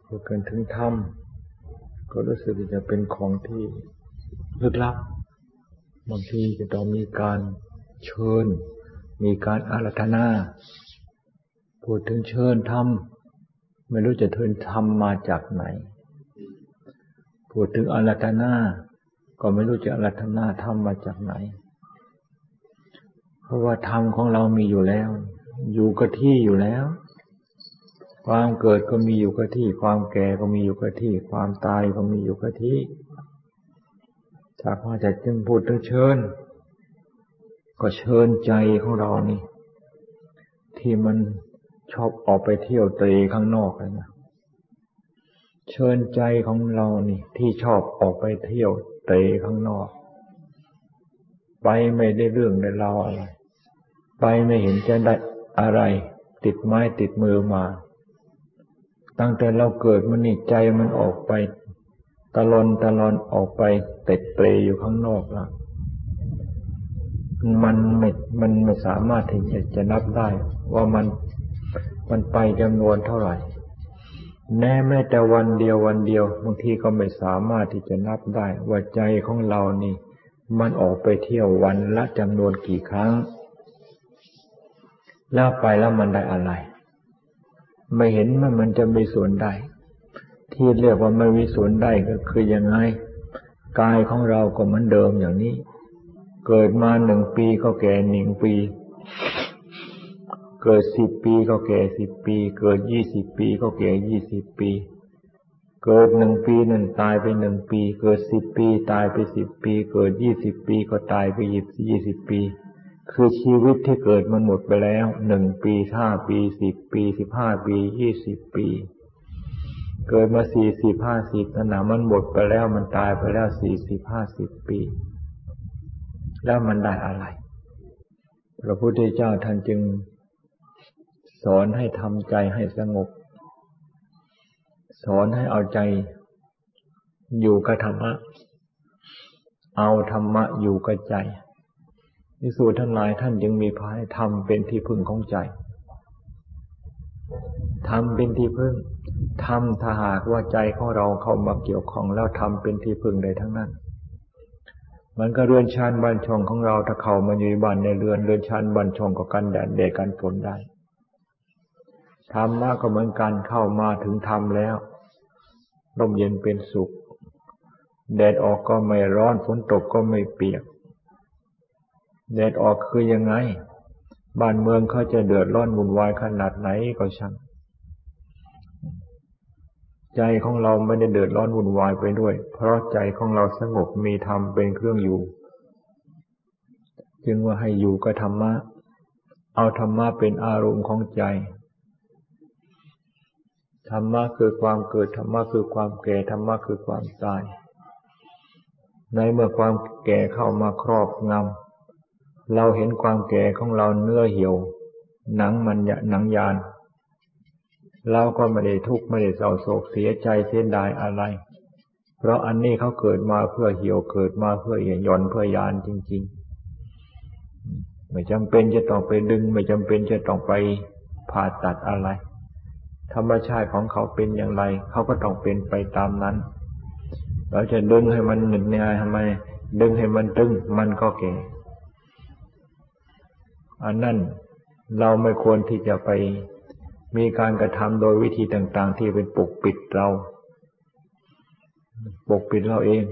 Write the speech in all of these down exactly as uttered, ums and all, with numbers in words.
พูดกันถึงธรรมก็รู้สึกจะเป็นของที่ลึกลับบางทีจะต้องมีการเชิญมีการอาราธนาพูดถึงเชิญธรรมไม่รู้จะเชิญธรรมมาจากไหนพูดถึงอาราธนาก็ไม่รู้จะอาราธนาธรรมมาจากไหนเพราะว่าธรรมของเรามีอยู่แล้วอยู่กับที่อยู่แล้วความเกิดก็มีอยู่กับที่ความแก่ก็มีอยู่กับที่ความตายก็มีอยู่กับที่ถ้าว่าจะจึงพูดถึงเชิญก็เชิญใจของเรานี่ที่มันชอบออกไปเที่ยวเตะข้างนอกนะเชิญใจของเรานี่ที่ชอบออกไปเที่ยวเตะข้างนอกไปไม่ได้เรื่องได้ราวอะไรไปไม่เห็นจะได้อะไรติดไม้ติดมือมาตั้งแต่เราเกิดมันนี่ใจมันออกไปตะลอนตะลอนออกไปเตะเตะอยู่ข้างนอกแล้วมันไม่มันไม่สามารถที่จะจะนับได้ว่ามันมันไปจำนวนเท่าไหร่แน่แม้แต่วันเดียววันเดียวบางทีก็ไม่สามารถที่จะนับได้ว่าใจของเรานี่มันออกไปเที่ยววันละจำนวนกี่ครั้งแล้วไปแล้วมันได้อะไรไม่เห็นว่ามันจะมีส่วนได้ที่เรียกว่าไม่มีส่วนได้ก็คือยังไงกายของเราก็เหมือนเดิมอย่างนี้เกิดมาหนึ่งปีก็แก่หนึ่งปีเกิดสิบปีก็แก่สิบปีเกิดยี่สิบปีก็แก่ยี่สิบปีเกิดหนึ่งปีนั่นตายไปหนึ่งปีเกิดสิบปีตายไปสิบปีเกิดยี่สิบปีก็ตายไปยี่สิบปีคือชีวิตที่เกิดมันหมดไปแล้วหนึ่งปีห้าปีสิบปีสิบห้าปียี่สิบปีเกิดมาสี่สิบห้าสิบนั่นน่ะมันหมดไปแล้วมันตายไปแล้วสี่สิบห้าสิบปีแล้วมันได้อะไรพระพุทธเจ้าท่านจึงสอนให้ทำใจให้สงบสอนให้เอาใจอยู่กับธรรมะเอาธรรมะอยู่กับใจภิกษุทั้งหลายท่านจึงมีพระให้ธรรมเป็นที่พึ่งของใจธรรมเป็นที่พึ่งธรรมถ้าหากว่าใจของเราเข้ามาเกี่ยวข้องแล้วธรรมเป็นที่พึ่งได้ทั้งนั้นมันก็เรือนชานบ้านช่องของเราถ้าเข้ามาอยู่ในบ้านในเรือนเรือนชานบ้านช่องก็กันแดดแดดกันฝนได้ธรรมะก็เหมือนกันเข้ามาถึงธรรมแล้วร่มเย็นเป็นสุขแดดออกก็ไม่ร้อนฝนตกก็ไม่เปียกแดดออกคือยังไงบ้านเมืองเขาจะเดือดร้อนวุ่นวายขนาดไหนก็ช่างใจของเราไม่ได้เดือดร้อนวุ่นวายไปด้วยเพราะใจของเราสงบมีธรรมเป็นเครื่องอยู่จึงว่าให้อยู่กับธรรมะเอาธรรมะเป็นอารมณ์ของใจธรรมะคือความเกิดธรรมะคือความแก่ธรรมะคือความตายในเมื่อความแก่เข้ามาครอบงำเราเห็นความแก่ของเราเนื้อเหี่ยวหนังมันหนังยานเราก็ไม่ได้ทุกข์ไม่ได้เศร้าโศกเสียใจเสียดายอะไรเพราะอันนี้เขาเกิดมาเพื่อเหี่ยวเกิดมาเพื่อหย่อนเพื่อยานจริงๆไม่จำเป็นจะต้องไปดึงไม่จำเป็นจะต้องไปผ่าตัดอะไรธรรมชาติของเขาเป็นอย่างไรเขาก็ต้องเป็นไปตามนั้นเราจะดึงให้มันหนึบเนี่ยทำไมดึงให้มันตึงมันก็แก่อันนั้นเราไม่ควรที่จะไปมีการกระทำโดยวิธีต่างๆที่เป็นปกปิดเราปกปิดเราเอง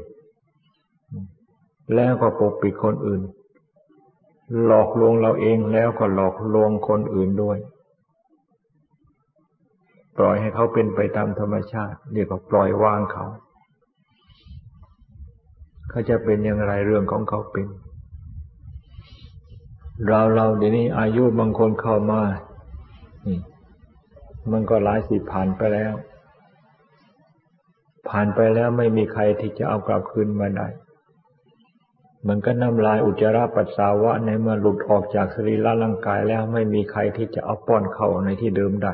แล้วก็ปกปิดคนอื่นหลอกลวงเราเองแล้วก็หลอกลวงคนอื่นด้วยปล่อยให้เขาเป็นไปตามธรรมชาติเรียกว่าปล่อยวางเขาเขาจะเป็นอย่างไรเรื่องของเขาเป็นเราเราเดี๋ยวนี้อายุบางคนเข้ามามันก็หลายสิบผ่านไปแล้วผ่านไปแล้วไม่มีใครที่จะเอากลับคืนมาได้มันก็น้ำลายอุจจาระปัสสาวะในเมื่อหลุดออกจากสรีระร่างกายแล้วไม่มีใครที่จะเอาป้อนเข้าในที่เดิมได้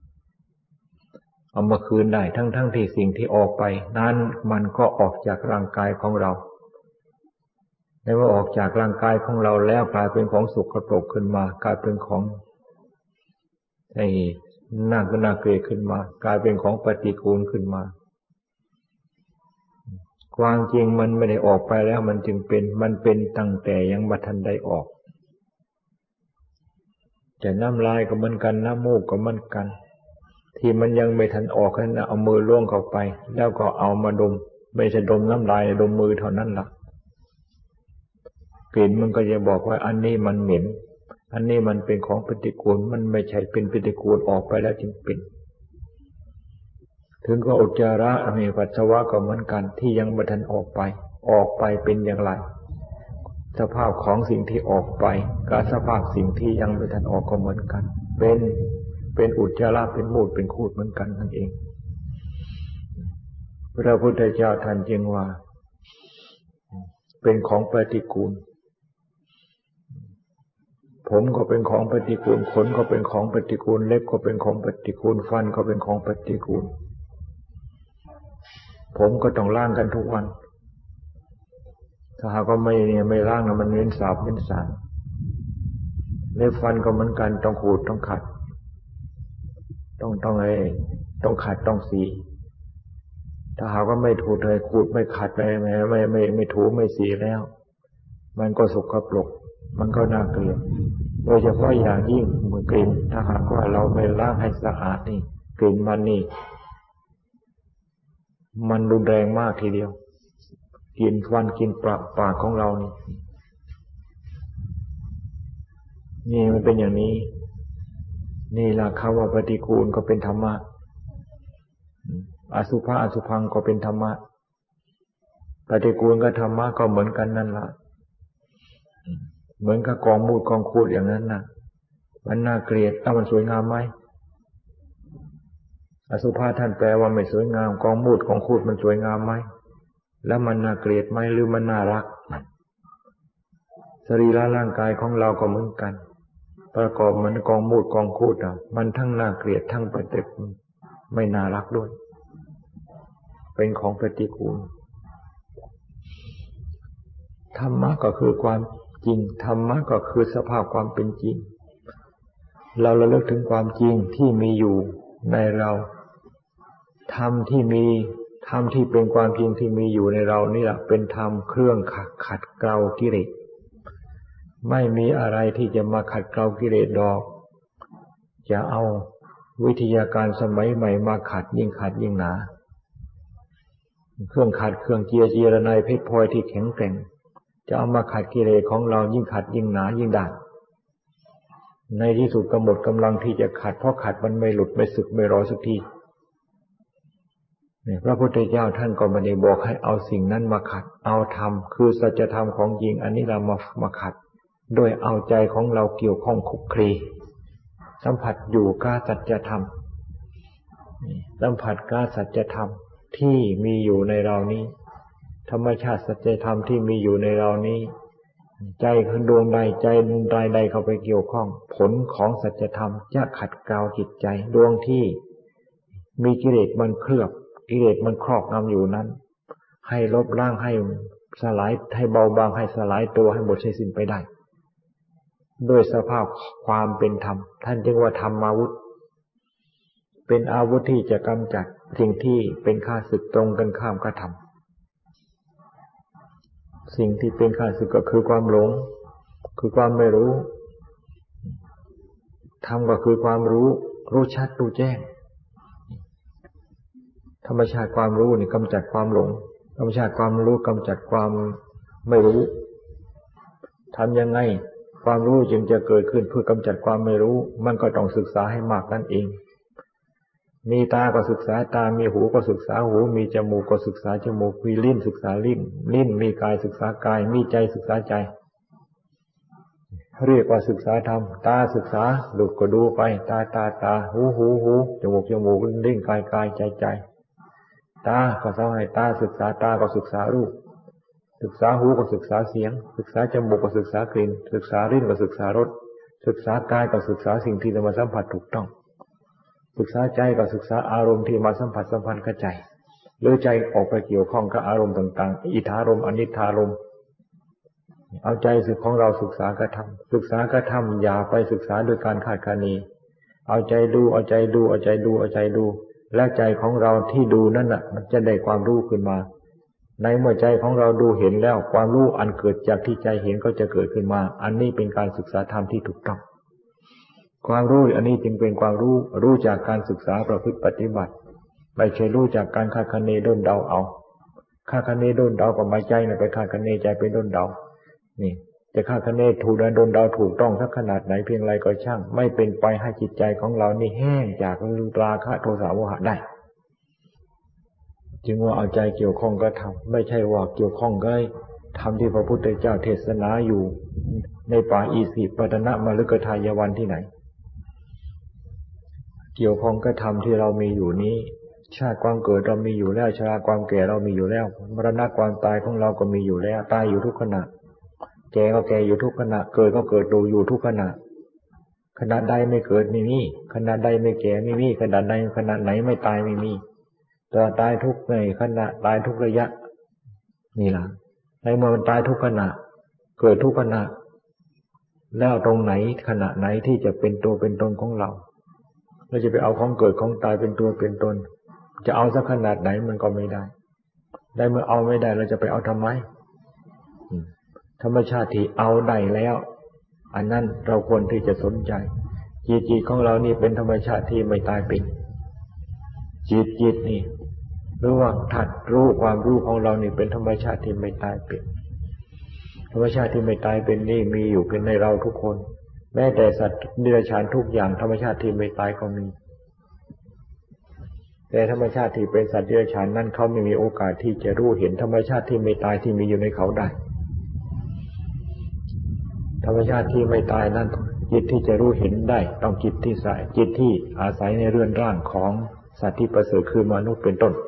เอามาคืนได้ทั้งๆ ท, ที่สิ่งที่ออกไปนั้นมันก็ออกจากร่างกายของเราในเมื่อออกจากร่างกายของเราแล้วกลายเป็นของสกปรกขึ้นมากลายเป็นของไอ้น่าก็น่าเกลียดขึ้นมากลายเป็นของปฏิกูลขึ้นมาความจริงมันไม่ได้ออกไปแล้วมันจึงเป็นมันเป็นตั้งแต่ยังไม่ทันได้ออกแต่น้ำลายก็เหมือนกันน้ำมูกก็เหมือนกันที่มันยังไม่ทันออกนั้นเอามือล่วงเข้าไปแล้วก็เอามาดมไม่ใช่ดมน้ำลายดมมือเท่านั้นล่ะกลิ่นมันก็จะบอกว่าอันนี้มันเหม็นอันนี้มันเป็นของปฏิกูลมันไม่ใช่เป็นปฏิกูลออกไปแล้วจึงเป็นถึงก็อุจจาระมีปัสสาวะก็เหมือนกันที่ยังไม่ทันออกไปออกไปเป็นอย่างไรสภาพของสิ่งที่ออกไปกับสภาพสิ่งที่ยังไม่ทันออกก็เหมือนกันเป็นเป็นอุจจาระเป็นมูดเป็นคูดเหมือนกันนั่นเองพระพุทธเจ้าท่านจึงว่าเป็นของปฏิกูลผมก็เป็นของปฏิกูลขนก็เป็นของปฏิกูลเล็บก็เป็นของปฏิกูลฟันก็เป็นของปฏิกูลผมก็ต้องล้างกันทุกวันถ้าหากว่าไม่เนี่ยไม่ล้างนะมันเหม็นสาบเหม็นสาบเล็บฟันก็เหมือนกันต้องขูดต้องขัดต้องต้องไอ้ต้องขัดต้องสีถ้าหากว่าไม่ถูเลยขูดไม่ขัดเลยไม่ไม่ไม่ไม่ถูไม่สีแล้วมันก็สกปรกมันก็น่าเกลียดโดยเฉพาะอย่างยิ่งเหมือนกลิ่นถ้าหากว่าเราไม่ล้างให้สะอาดนี่กลิ่นมันนี่มันรุนแรงมากทีเดียวกินฟันกินปากปากของเรานี่นี่มันเป็นอย่างนี้นี่ล่ะคำว่าปฏิกูลก็เป็นธรรมะอสุภะอสุภังก็เป็นธรรมะปฏิกูลกับธรรมะก็เหมือนกันนั่นล่ะเหมือนกับกองมูดกองคูดอย่างนั้นน่ะมันน่าเกลียดถ้ามันสวยงามไหมอสุภะท่านแปลว่าไม่สวยงามกองมูดกองคูดมันสวยงามไหมแล้วมันน่าเกลียดไหมหรือมันน่ารักสรีระร่างกายของเราก็เหมือนกันประกอบเหมือนกองมูดกองคูดอ่ะมันทั้งน่าเกลียดทั้งปฏิกูลไม่น่ารักด้วยเป็นของปฏิกูลธรรมะก็คือความจริงธรรมะก็คือสภาพความเป็นจริงเราระลึกถึงความจริงที่มีอยู่ในเราธรรมที่มีธรรมที่เป็นความจริงที่มีอยู่ในเรานี่แหละเป็นธรรมเครื่องขัดขัดเกลากิเลสไม่มีอะไรที่จะมาขัดเกลากิเลสดอกจะเอาวิทยาการสมัยใหม่มาขัดยิ่งขัดยิ่งหนาเครื่องขัดเครื่องเจียเจียระไนเพชรพลอยที่แข็งแกร่งจะเอามาขัดกิเลสของเรายิ่งขัดยิ่งหนายิ่งด่างในที่สุดก็หมดกำลังที่จะขัดเพราะขัดมันไม่หลุดไม่สึกไม่รอสักทีเนี่ยพระพุทธเจ้าท่านก็ไม่ได้บอกให้เอาสิ่งนั้นมาขัดเอาธรรมคือสัจธรรมของจริงอันนี้เรามามาขัดโดยเอาใจของเราเกี่ยวข้องคลุกคลีสัมผัสอยู่กับสัจธรรมสัมผัสกับสัจธรรมที่มีอยู่ในเรานี้ธรรมชาติสัจธรรมที่มีอยู่ในเรานี้ใจดวงใดใจใดใดเข้าไปเกี่ยวข้องผลของสัจธรรมจะขัดเกลาจิตใจดวงที่มีกิเลสมันเคลือบกิเลสมันครอบงำอยู่นั้นให้ลบล้างให้สลายให้เบาบางให้สลายตัวให้หมดสิ้นไปได้ด้วยสภาพความเป็นธรรมท่านจึงว่าธรรมาวุธเป็นอาวุธที่จะกำจัดสิ่งที่เป็นข้าศึกตรงกันข้ามกับธรรมสิ่งที่เป็นข้าศึกก็คือความหลงคือความไม่รู้ธรรมก็คือความรู้รู้ชัดรู้แจ้งธรรมชาติความรู้นี่กำจัดความหลงธรรมชาติความรู้กำจัดความไม่รู้ทำยังไงความรู้จึงจะเกิดขึ้นเพื่อกำจัดความไม่รู้มันก็ต้องศึกษาให้มากนั่นเองมีตาก็ศึกษาตามีหูก็ศึกษาหูมีจมูกก็ศึกษาจมูกมีลิ้นศึกษาลิ้นลิ้นมีกายศึกษากายมีใจศึกษาใจเรียกว่าศึกษาธรรมตาศึกษาดูก็ดูไปตาตาตาหูหูหูจมูกจมูกลิ้นกายกายใจใจตาก็สอนให้ตาศึกษาตาก็ศึกษารูปศึกษาหูก็ศึกษาเสียงศึกษาจมูกก็ศึกษากลิ่นศึกษาลิ้นก็ศึกษารสศึกษากายก็ศึกษาสิ่งที่จะมาสัมผัสถูกต้องศึกษาใจก็ศึกษาอารมณ์ที่มาสัมผัสสัมพันธ์กับใจหรือใจออกไปเกี่ยวข้องกับอารมณ์ต่างๆอิทธารมณ์อนิทธารมณ์เอาใจสึกของเราศึกษากระทำศึกษากระทำอย่าไปศึกษาโดยการคาดคะเนเอาใจดูเอาใจดูเอาใจดูเอาใจดูและใจของเราที่ดูนั่นน่ะมันจะได้ความรู้ขึ้นมาในเมื่อใจของเราดูเห็นแล้วความรู้อันเกิดจากที่ใจเห็นก็จะเกิดขึ้นมาอันนี้เป็นการศึกษาธรรมที่ถูกต้องความรู้อันนี้จึงเป็นความรู้รู้จากการศึกษาประพฤติปฏิบัติไม่ใช่รู้จากการคาดคะเนด้นเดาเอาคาดคะเนด้นเดากับไม่ใจน่ะไปคาดคะเนใจไปด้นเดานี่จะคาดคะเนถูกและด้นเดาถูกต้องสักขนาดไหนเพียงไรก็ช่างไม่เป็นไปให้จิตใจของเรานี่แห้งจากราคะโทสะโมหะได้จึงว่าเอาใจเกี่ยวข้องก็ทำไม่ใช่ว่าเกี่ยวข้องก็ทำที่พระพุทธเจ้าเทศนาอยู่ในป่าอีสีปตนะมฤคทายวันที่ไหนเกี่ยวข้องก็ทำที่เรามีอยู่นี้ชาติความเกิดเรามีอยู่แล้วชราความแก่เรามีอยู่แล้วมรณะความตายของเราก็มีอยู่แล้วตายอยู่ทุกขณะแก่ก็แก่อยู่ทุกขณะเกิดก็เกิดดูอยู่ทุกขณะขณะใดไม่เกิดไม่มีขณะใดไม่แก่ไม่มีขณะใดขณะไหนไม่ตายไม่มีแต่ตายทุกในขณะตายทุกระยะนี่ล่ะในเมื่อมันตายทุกขณะเกิดทุกขณะแล้วตรงไหนขณะไหนที่จะเป็นตัวเป็นตนของเราเราจะไปเอาของเกิดของตายเป็นตัวเป็นตนจะเอาสักขนาดไหนมันก็ไม่ได้ได้เมื่อเอาไม่ได้เราจะไปเอาทำไมธรรมชาติที่เอาได้แล้วอันนั้นเราควรที่จะสนใจจิตจิตของเรานี่เป็นธรรมชาติที่ไม่ตายเป็นจิตจิตนี่หรือว่าถัดรู้ความรู้ของเรานี่เป็นธรรมชาติที่ไม่ตายเป็นธรรมชาติที่ไม่ตายเป็นนี่มีอยู่เป็นในเราทุกคนแม้แต่สัตว์เดรัจฉานทุกอย่างธรรมชาติที่ไม่ตายก็มีแต่ธรรมชาติที่เป็นสัตว์เดรัจฉานนั้นเขาไม่มีโอกาสที่จะรู้เห็นธรรมชาติที่ไม่ตายที่มีอยู่ในเขาได้ธรรมชาติที่ไม่ตายนั้นจิตที่จะรู้เห็นได้ต้องจิตที่ใสจิตที่อาศัยในเรือนร่างของสัตว์ที่ประเสริฐคือมนุษย์เป็นต้น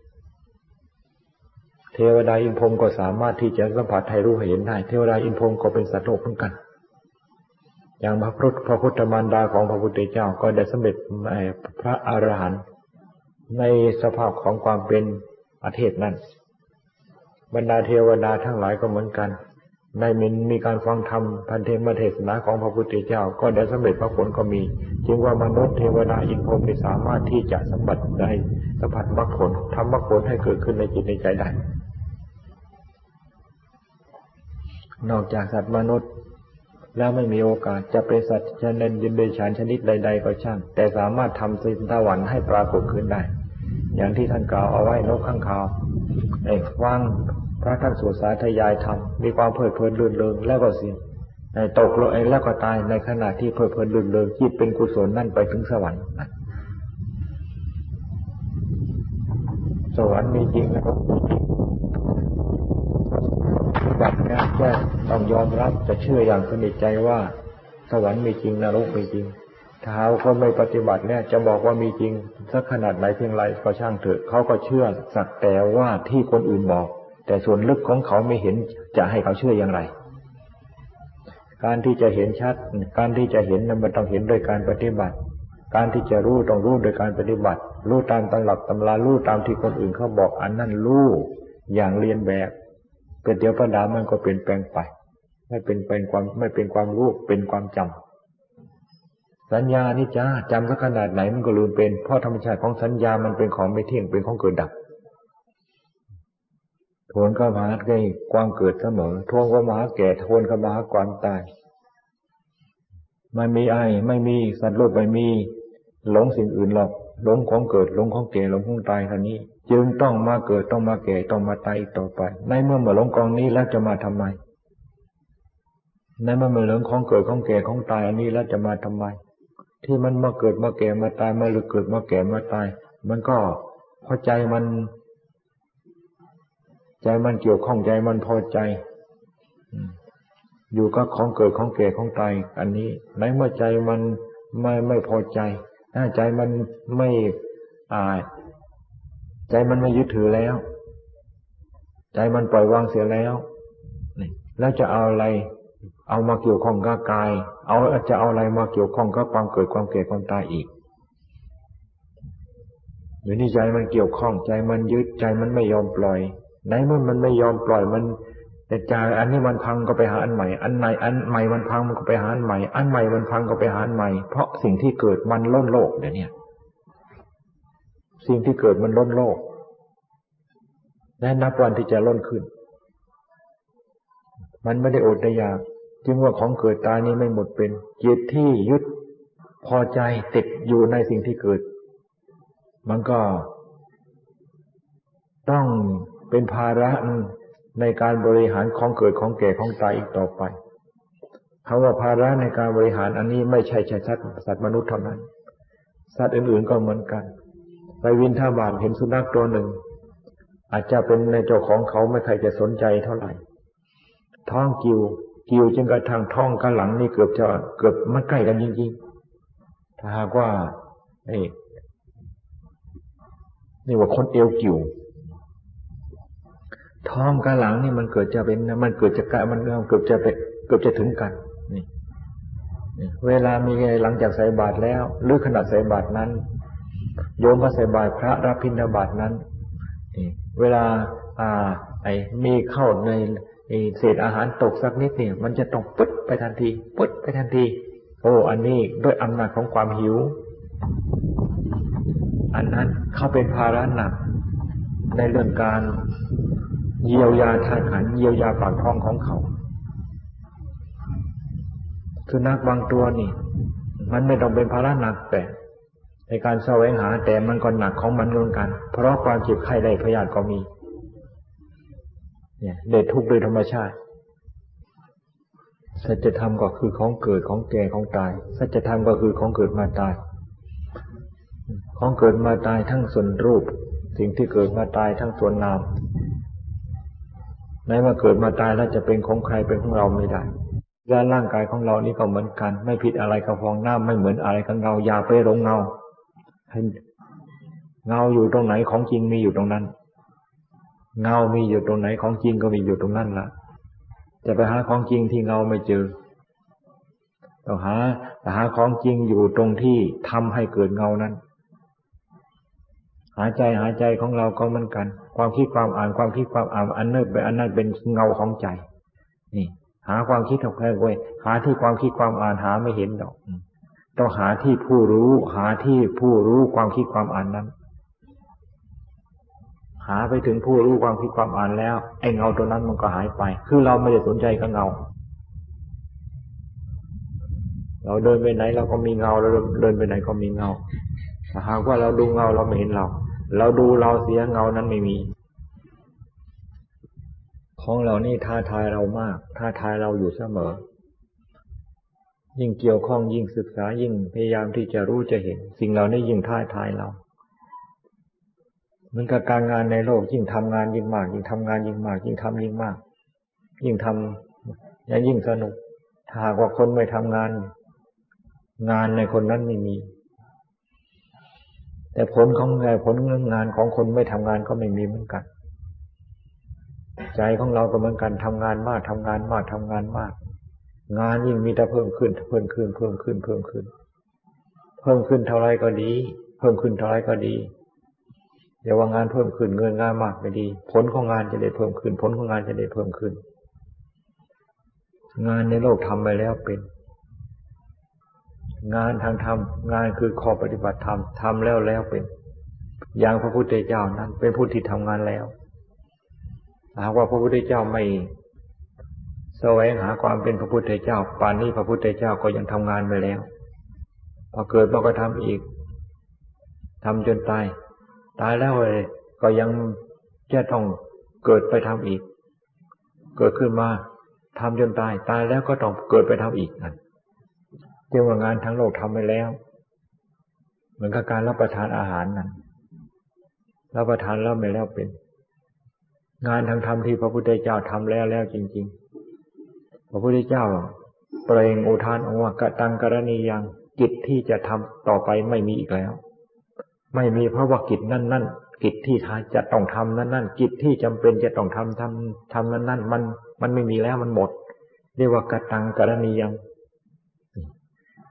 เทวดาอินพรหมก็สามารถที่จะสัมผัสให้รู้เห็นได้เทวดาอินพรหมก็เป็นสัตว์โลกเหมือนกันอย่างพระพุทธพระพุทธมารดาของพระพุทธเจ้าก็ได้สำเร็จพระอรหันต์ในสภาพของความเป็นอเทศนั้นบรรดาเทวดาทั้งหลายก็เหมือนกันได้มีการฟังธรรมพันเทศเทศนาของพระพุทธเจ้าก็ได้สำเร็จพระผลก็มีจึงว่ามนุษย์เทวดาอินพรหมไม่สามารถที่จะสัมผัสได้สัมผัสมรรคผลทำมรรคผลให้เกิดขึ้นในจิตในใจได้นอกจากสัตว์มนุษย์แล้วไม่มีโอกาสจะเป็นสัตว์ชนิดยินดีฉันชนิดใดๆก็ช่างแต่สามารถทำสิ่งสวรรค์ให้ปรากฏขึ้นได้อย่างที่ท่านกล่าวเอาไว้นกข้างคาวไอ้ฟังพระท่านสวดสาธยายธรรมมีความเพลิดเพลินรื่นเริงแล้วก็เสียไอ้ตกลงไอ้แล้วก็ตายในขณะที่เพลิดเพลินรื่นเริงจิตเป็นกุศลนั่นไปถึงสวรรค์สวรรค์มีจริงนะครับแบบนี้แค่ต้องยอมรับจะเชื่ออย่างสนิทใจว่าสวรรค์มีจริงนรกมีจริงถ้าเขาไม่ปฏิบัติเนี่ยจะบอกว่ามีจริงสักขนาดไหนเพียงไรก็ช่างเถอะเขาก็เชื่อสักแต่ว่าที่คนอื่นบอกแต่ส่วนลึกของเขาไม่เห็นจะให้เขาเชื่ออย่างไรการที่จะเห็นชัดการที่จะเห็นนั้นมันต้องเห็นโดยการปฏิบัติการที่จะรู้ต้องรู้โดยการปฏิบัติรู้ตามตำรับตำรารู้ตามที่คนอื่นเขาบอกอันนั้นรู้อย่างเรียนแบบเป็นเดี๋ยวประดามันก็เปลี่ยนแปลงไปไม่เป็นเป็นความไม่เป็นความรู้เป็นความจำสัญญานี่จ้าจำสักขนาดไหนมันก็ลืมเป็นเพราะธรรมชาติของสัญญามันเป็นของไม่เที่ยงเป็นของเกิดดับทวนก็มาให้ความเกิดเสมอทวนก็มาแก่ทวนก็มาความตายไม่มีไอ้ไม่มีสัตว์โลกไม่มีหลงสิ่งอื่นหรอกหลงของเกิดหลงของแก่หลงของตายเท่านี้จึงต้องมาเกิดต้องมาแก่ต้องมาตายอีกต่อไปในเมื่อเมื่อหลงกองนี้แล้วจะมาทำไมในเมื่อเมื่อหลงของเกิดของแก่ของตายอันนี้แล้วจะมาทำไมที่มันมาเกิดมาแก่มาตายมาหรือเกิดมาแก่มาตายมันก็พอใจมันใจมันเกี่ยวข้องใจมันพอใจอยู่กับของเกิดของแก่ของตายอันนี้ในเมื่อใจมันไม่ไม่พอใจใจมันไม่อ่าใจมันไม่ยึดถือแล้วใจมันปล่อยวางเสียแล้วนี่แล้วจะเอาอะไรเอามาเกี่ยวข้องกับกายเอาจะเอาอะไรมาเกี่ยวข้องกับความเกิดความแก่ความตายอีกหรือนี่ใจมันเกี่ยวข้องใจมันยึดใจมันไม่ยอมปล่อยไหนเมื่อมันไม่ยอมปล่อยมันใจแต่จากอันนี้มันพังก็ไปหาอันใหม่อันไหนอันใหม่มันพังมันก็ไปหาอันใหม่อันใหม่มันพังก็ไปหาอันใหม่เพราะสิ่งที่เกิดมันล้นโลกเดี๋ยวนี้สิ่งที่เกิดมันล้นโลกและนับวันที่จะล้นขึ้นมันไม่ได้อดได้อยากจึงว่าของเกิดตายนี้ไม่หมดเป็นจิตที่ยึดพอใจติดอยู่ในสิ่งที่เกิดมันก็ต้องเป็นภาระในการบริหารของเกิดของแก่ของตายอีกต่อไปคำว่าภาระในการบริหารอันนี้ไม่ใช่แค่สัตว์สัตว์มนุษย์เท่านั้นสัตว์อื่นๆก็เหมือนกันไปวินทบาทเห็นสุนัขตัวหนึ่งอาจจะเป็นในเจ้าของเขาไม่ใครจะสนใจเท่าไหร่ท้องกิ้วกิ้วจนกระทั่งท้องกับหลังนี่เกือบจะเกือบมันใกล้กันจริงๆถ้าหากว่านี่นี่ว่าคนเอวกิ้วท้องกับหลังนี่มันเกิดจะเป็นมันเกิดจะกะมันเกือบจะเป็นเกือบจะถึงกันนี่เวลามีหลังจากใส่บาตรแล้วหรือขณะใส่บาตรนั้นโยมก็ใส่บาตรพระรับบิณฑบาตนั้นนี่เวลาอ่าไอ้มีเข้าในเศษอาหารตกสักนิดเนี่ยมันจะต้องปึ๊ดไปทันทีปึ๊ดไปทันทีโอ้อันนี้ด้วยอำนาจของความหิวอันนั้นเขาเป็นภาระหนักในเรื่องการเยียวยาธาตุขันธ์เยียวยาปากท้องของเขาสุนัขบางตัวนี่มันไม่ต้องเป็นภาระหนักแต่ในการแสวงหาแต่มันก็หนักของมันเหมือนกันเพราะความเจ็บไข้ได้พยาธิก็มีเนี่ยเด็ดทุกข์โดยธรรมชาติสัจธรรมก็คือของเกิดของแก่ของตายสัจธรรมก็คือของเกิดมาตายของเกิดมาตายทั้งส่วนรูปสิ่งที่เกิดมาตายทั้งส่วนนามในเมื่อเกิดมาตายแล้วจะเป็นของใครเป็นของเราไม่ได้และร่างกายของเรานี่ก็เหมือนกันไม่ผิดอะไรกับฟองน้ำไม่เหมือนอะไรกับเงาอย่าไปหลงเงาเงาอยู่ตรงไหนของจริงมีอยู่ตรงนั้นเงามีอยู่ตรงไหนของจริงก็มีอยู่ตรงนั้นล่ะจะไปหาของจริงที่เงาไม่เจอต้องหาหาของจริงอยู่ตรงที่ทำให้เกิดเงานั้นหาใจหาใจของเราก็เหมือนกันความคิดความอ่านความคิดความอ่านอันนั้นเป็นอันนั้นเป็นเงาของใจนี่หาความคิดของใครไว้หาที่ความคิดความอ่านหาไม่เห็นดอกต้องหาที่ผู้รู้หาที่ผู้รู้ความคิดความอ่านนั้นหาไปถึงผู้รู้ความคิดความอ่านแล้วไอ้เงาตัวนั้นมันก็หายไปคือเราไม่ได้สนใจกับเงาเราเดินไปไหนเราก็มีเงาเราเดินไปไหนก็มีเงาถ้าหากว่าเราดูเงาเราไม่เห็นเราเราดูเราเสียเงานั้นไม่มีของเรานี่ท้าทายเรามากท้าทายเราอยู่เสมอยิ่งเกี่ยวข้องยิ่งศึกษายิ่งพยายามที่จะรู้จะเห็นสิ่งเหล่านี้ยิ่งท้าทายเราเหมือนกับการงานในโลกยิ่งทำงานยิ่งมากยิ่งทำงานยิ่งมากยิ่งทำยิ่งมากยิ่งทำอย่างยิ่งสนุกถ้าหากว่าคนไม่ทำงานงานในคนนั้นไม่มีแต่ผลของงานผลงานของคนไม่ทำงานก็ไม่มีเหมือนกันใจของเราก็เหมือนกันทำงานมากทำงานมากทำงานมากงานยิ่งมีแต่เพิ่มขึ้นเพิ่มขึ้นเพิ่มขึ้นเพิ่มขึ้นเพิ่มขึ้นเท่าไรก็ดีเพิ่มขึ้นเท่าไรก็ดีเดี๋ยวว่างานเพิ่มขึ้นเงินงานมากไม่ดีผลของงานจะได้เพิ่มขึ้นผลของงานจะได้เพิ่มขึ้นงานในโลกทำไปแล้วเป็นงานทางธรรมงานคือข้อปฏิบัติธรรมทำแล้วแล้วเป็นอย่างพระพุทธเจ้านั้นเป็นผู้ที่ทำงานแล้วหากว่าพระพุทธเจ้าไม่แสวงหาความเป็นพระพุทธเจ้าป่านนี้พระพุทธเจ้าก็ยังทำงานไปแล้วพอเกิดมาก็ทำอีกทำจนตายตายแล้วเลยก็ยังจะต้องเกิดไปทำอีกเกิดขึ้นมาทำจนตายตายแล้วก็ต้องเกิดไปทำอีกนั่นเรียกว่างานทั้งโลกทำไปแล้วเหมือนกับการรับประทานอาหารนั่นรับประทานแล้วไม่แล้วเป็นงานทางธรรมที่พระพุทธเจ้าทำแล้วแล้วจริงๆพระพุทธเจ้าเปล่งอุทานออกว่ากตังกรณียังกิจที่จะทำต่อไปไม่มีอีกแล้วไม่มีเพราะว่ากิจนั่นนั่นกิจที่จะต้องทำนั่นนั่นกิจที่จำเป็นจะต้องทำทำทำนั่นนั่นมันมันไม่มีแล้วมันหมดเรียกว่ากตังกรณียัง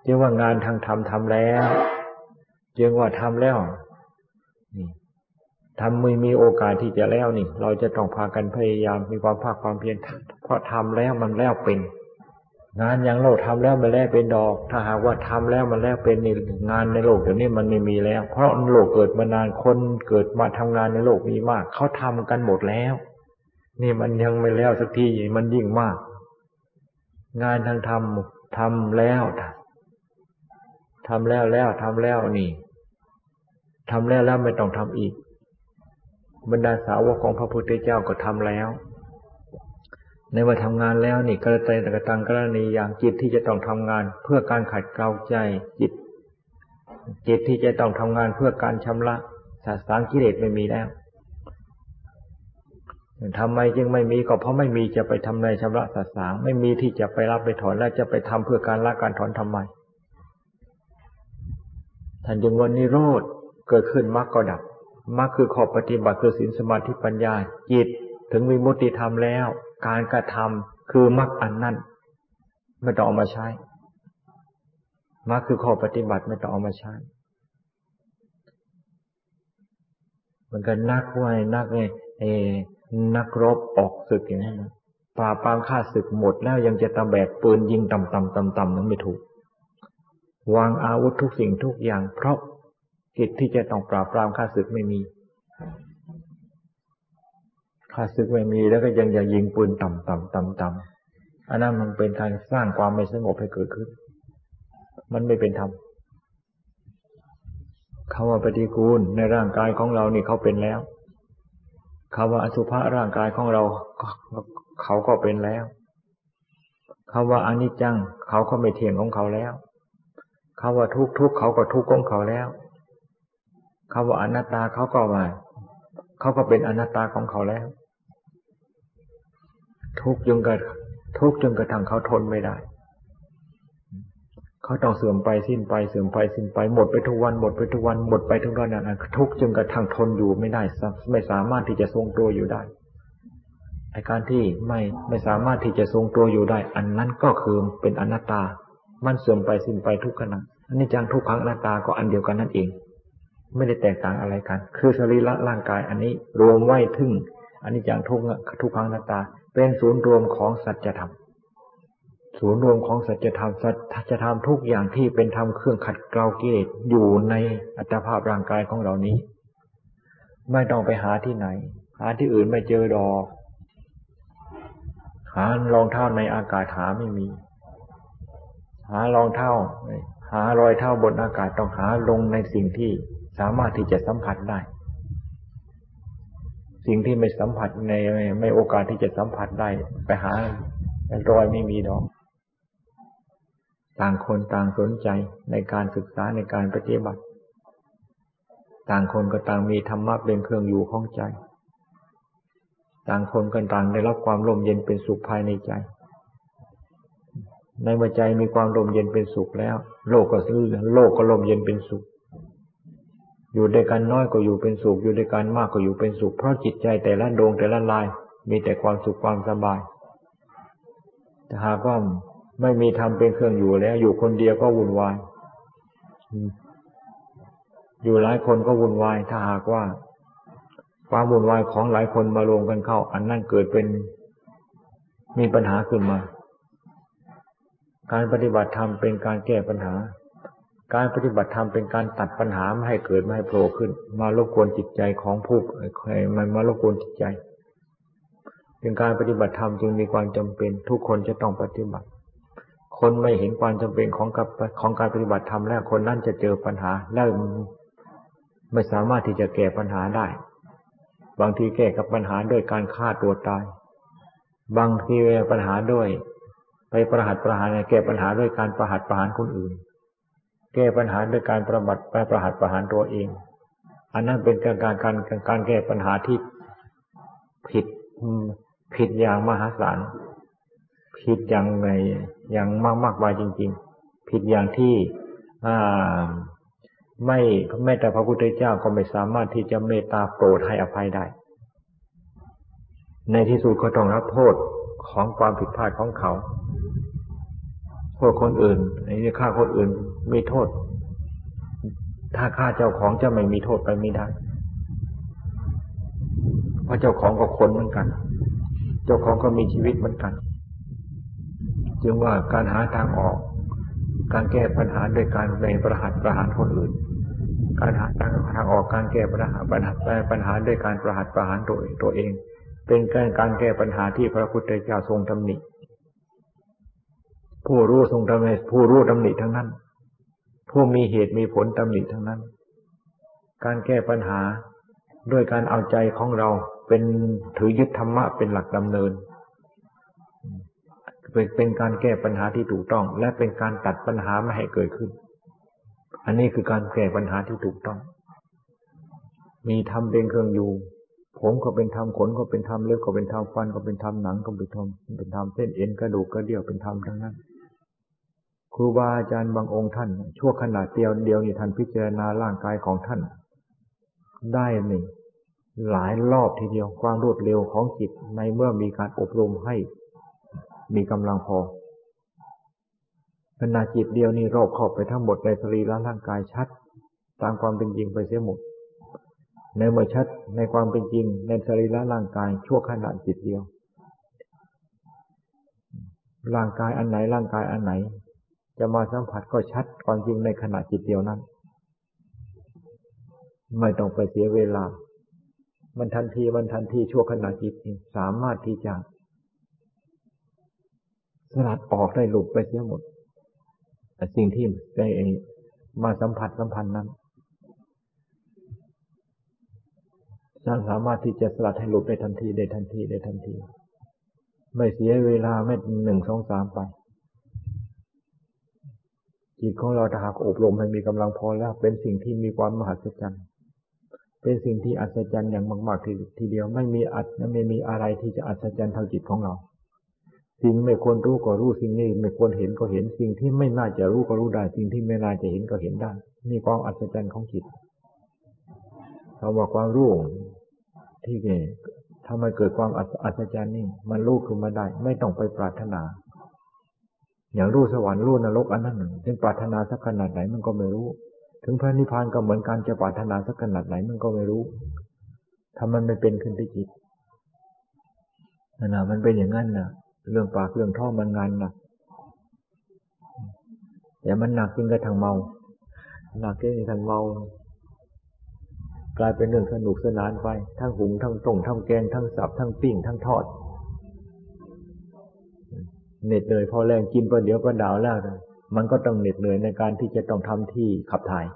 เรียกว่างานทางธรรมทำแล้วเรียกว่าทำแล้วนี่ทำไม่มีโอกาสที่จะแล้วนี่เราจะต้องพากันพยายามมีความภาคความเพียรเพราะทำแล้วมันแล้วเป็นงานอย่างโลกทำแล้วมันแล้วเป็นดอกถ้าหากว่าทำแล้วมันแล้วเป็นนี่งานในโลกเดี๋ยวนี้มันไม่มีแล้วเพราะโลกเกิดมานานคนเกิดมาทำงานในโลกมีมากเขาทำกันหมดแล้วนี่มันยังไม่แล้วสักทีมันยิ่งมากงานทางธรรมทำแล้วทำแล้วแล้วทำแล้วนี่ทำแล้วแล้วไม่ต้องทำอีกบรรดาสาวกของพระพุทธเจ้าก็ทำแล้วในว่าทำงานแล้วนี่กระใจกระตังกรณีอย่างจิตที่จะต้องทำงานเพื่อการขัดเกลาใจจิตจิตที่จะต้องทำงานเพื่อการชำระสาสางกิเลสไม่มีแล้วทำไมจึงไม่มีก็เพราะไม่มีจะไปทำในชำระสาสางไม่มีที่จะไปรับไปถอนแล้วจะไปทำเพื่อการละการถอนทำไมท่านจึงวันนิโรธเกิดขึ้นมรรคก็ดับมรรคคือข้อปฏิบัติคือศีลสมาธิปัญญาจิตถึงวิมุตติธรรมแล้วการกระทำคือมรรคอันนั้นไม่ต้องเอามาใช้มรรคคือข้อปฏิบัติไม่ต้องเอามาใช้มันก็นักไว้นักไงเอนักรบออกศึกอย่างนั้นนะปราบปรามฆ่าศึกหมดแล้วยังจะตะแบกปืนยิงต่ำๆต่ำๆนั้นไม่ถูกวางอาวุธทุกสิ่งทุกอย่างเพราะกิจที่จะต้องปราบปรามฆ่าศึกไม่มีฆ่าศึกไม่มีแล้วก็ยังจะยิงปืนต่ำๆต่ำๆอันนั้นมันเป็นการสร้างความไม่สงบให้เกิดขึ้นมันไม่เป็นธรรมคำว่าปฏิกูลในร่างกายของเรานี่เขาเป็นแล้วคำว่าอสุภะร่างกายของเราเขาก็เป็นแล้วคำว่าอนิจจังเขาก็ไม่เที่ยงของเขาแล้วคำว่าทุกข์ทุกข์เขาก็ทุกข์ของเขาแล้วคำว่าอนัตตาเขาก็ว่าเขาก็เป็นอนัตตาของเขาแล้วทุกข์จนกระทุกข์จนกระทั่งเขาทนไม่ได้เขาต้องเสื่อมไปสิ้นไปเสื่อมไปสิ้นไปหมดไปทุกวันหมดไปทุกวันหมดไปทุกวันนั้นทุกข์จนกระทั่งทนอยู่ไม่ได้ไม่สามารถที่จะทรงตัวอยู่ได้ไอ้การที่ไม่ไม่สามารถที่จะทรงตัวอยู่ได้อันนั้นก็คือเป็นอนัตตามันเสื่อมไปสิ้นไปทุกขณะอนิจจังทุกขังอนัตตาก็อันเดียวกันนั่นเองไม่ได้แตกต่างอะไรกันคือสรีระร่างกายอันนี้รวมไว้ถึงอนิจจังทุกทุกขังอนัตตาเป็นศูนย์รวมของสัจธรรมศูนย์รวมของสัจธรรมสัจธรรมทุกอย่างที่เป็นธรรมเครื่องขัดเกลากิเลสอยู่ในอัตภาพร่างกายของเรานี้ไม่ต้องไปหาที่ไหนหาที่อื่นไม่เจอดอกหารองเท้าในอากาศหาไม่มีหารองเท้าหารอยเท้าบนอากาศต้องหาลงในสิ่งที่สามารถที่จะสัมผัสได้สิ่งที่ไม่สัมผัสในไม่โอกาสที่จะสัมผัสได้ไปหารอยไม่มีดอกต่างคนต่างสนใจในการศึกษาในการปฏิบัติต่างคนก็ต่างมีธรรมะเป็นเครื่องอยู่ของใจต่างคนก็ต่างได้รับความร่มเย็นเป็นสุขภายในใจในเมื่อใจมีความร่มเย็นเป็นสุขแล้วโลกก็โลกก็ร่มเย็นเป็นสุขอยู่ด้วยกันน้อยก็อยู่เป็นสุขอยู่ด้วยกันมากก็อยู่เป็นสุขเพราะจิตใจแต่ละดวงแต่ละลายมีแต่ความสุขความสบายแต่หากว่าไม่มีธรรมเป็นเครื่องอยู่แล้วอยู่คนเดียวก็วุ่นวายอยู่หลายคนก็วุ่นวายถ้าหากว่าความวุ่นวายของหลายคนมารวมกันเข้าอันนั้นเกิดเป็นมีปัญหาขึ้นมาการปฏิบัติธรรมเป็นการแก้ปัญหาการปฏิบัติธรรมเป็นการตัดปัญหาไม่ให้เกิดไม่ให้โผล่ขึ้นมารบกวนจิตใจของผู้มันมารบกวนจิตใจเป็นการปฏิบัติธรรมจึงมีความจำเป็นทุกคนจะต้องปฏิบัติคนไม่เห็นความจำเป็นของกับของการปฏิบัติธรรมแล้วคนนั้นจะเจอปัญหาแล้วไม่สามารถที่จะแก้ปัญหาได้บางทีแก้กับปัญหาด้วยการฆ่าตัวตายบางทีแก้ปัญหาด้วยไปประหัตประหารแก้ปัญหาด้วยการประหัตประหารคนอื่นแก้ปัญหาด้วยการประบัติไปประหัตประหารตัวเองอันนั้นเป็นการการการการแก้ปัญหาที่ผิดผิดอย่างมหาศาลผิดอย่างไงอย่างมากมากมายจริงๆผิดอย่างที่อ่าไม่แม้แต่พระพุทธเจ้าก็ไม่สามารถที่จะเมตตาโปรดให้อภัยได้ในที่สุดก็ต้องรับโทษของความผิดพลาดของเขาโทษคนอื่นไอ้ฆ่าคนอื่นมีโทษถ้าฆ่าเจ้าของจะไม่มีโทษไปไม่ได้ราะเจ้าของก็คนเหมือนกันเจ้าของก็มีชีวิตเหมือนกันจึงว่าการหาทางออกการแก้ปัญหาโดยการไปประหารประหารคนอื่นการหาทางทางออกการแก้ปัญหาปัญหาปัญหาด้วยการประหารประหารตัวตัวเองเป็นการการแก้ปัญหาที่พระพุทธเจ้าทรงตำหนิผู้รู้ทรงตำหนิผู้รู้ตำหนิทั้งนั้นผู้มีเหตุมีผลตำหนิทั้งนั้นการแก้ปัญหาด้วยการเอาใจของเราเป็นถือยึดธรรมะเป็นหลักดำเนินเป็นเป็นการแก้ปัญหาที่ถูกต้องและเป็นการตัดปัญหาไม่ให้เกิดขึ้นอันนี้คือการแก้ปัญหาที่ถูกต้องมีธรรมเป็นเครื่องอยู่ผมก็เป็นธรรมขนก็เป็นธรรมเล็บก็เป็นธรรมฟันก็เป็นธรรมหนังก็เป็นธรรมเป็นธรรมเส้นเอ็นกระดูกกระเดี่ยวเป็นธรรมทั้งนั้นครูบาอาจารย์บางองค์ท่านชั่วขณะเดียวเดียวนี่ท่านพิจารณาร่างกายของท่านได้หนึ่งหลายรอบทีเดียวความรวดเร็วของจิตในเมื่อมีการอบรมให้มีกำลังพอขณะจิตเดียวนี่รอบเข้าไปทั้งหมดในสรีระร่างกายชัดตามความเป็นจริงไปเสียหมดในเมื่อชัดในความเป็นจริงในสรีระร่างกายชั่วขณะจิตเดียวร่างกายอันไหนร่างกายอันไหนจะมาสัมผัสก็ชัดความจริงในขณะจิตเดียวนั้นไม่ต้องไปเสียเวลามันทันทีมันทันทีชั่วขณะจิตสามารถที่จะสลัดออกได้หลุดไปเสียหมดแต่สิ่งที่ได้มาสัมผัสสัมพันธ์นั้นสามารถที่จะสลัดให้หลุดได้ทันทีได้ทันทีได้ทันทีไม่เสียเวลาไม่หนึ่งสองสามไปจิตของเราถ้าหากอบรมให้มีกำลังพอแล้วเป็นสิ่งที่มีความมหัศจรรย์เป็นสิ่งที่อัศจรรย์อย่างมากๆทีทีเดียวไม่มีอัศไม่มีอะไรที่จะอัศจรรย์เท่าจิตของเราสิ่งไม่ควรรู้ก็รู้สิ่งนี้ไม่ควรเห็นก็เห็นสิ่งที่ไม่น่าจะรู้ก็รู้ได้สิ่งที่ไม่น่าจะเห็นก็เห็นได้นี่ความอัศจรรย์ของจิตคำว่าความรู้ที่เกิดทำให้เกิดความอัศจรรย์นี่มันรู้ขึ้นมาได้ไม่ต้องไปปรารถนาอย่างรู้สวรรค์รู้นรกอันนั้นถึงปรารถนาสักขนาดไหนมันก็ไม่รู้ถึงพระนิพพานก็เหมือนกันจะปรารถนาสักขนาดไหนมันก็ไม่รู้ถ้ามันไม่เป็นขึ้นที่จิตนั่นน่ะมันเป็นอย่างนั้นน่ะเรื่องปากเรื่องท้องมันงานหนักแต่มันหนักจริงกระทั่งเมาหนักจริงกระทั่งเมากลายเป็นเรื่องสนุกสนานไปทั้งหุงทั้งต้มทั้งแกงทั้งสับทั้งปิ้งทั้งทอดเหน็ดเหนื่อยพอแรงกินประเดี๋ยวประดาวแล้วมันก็ต้องเหน็ดเหนื่อยในการที่จะต้องทำที่ขับถ่าย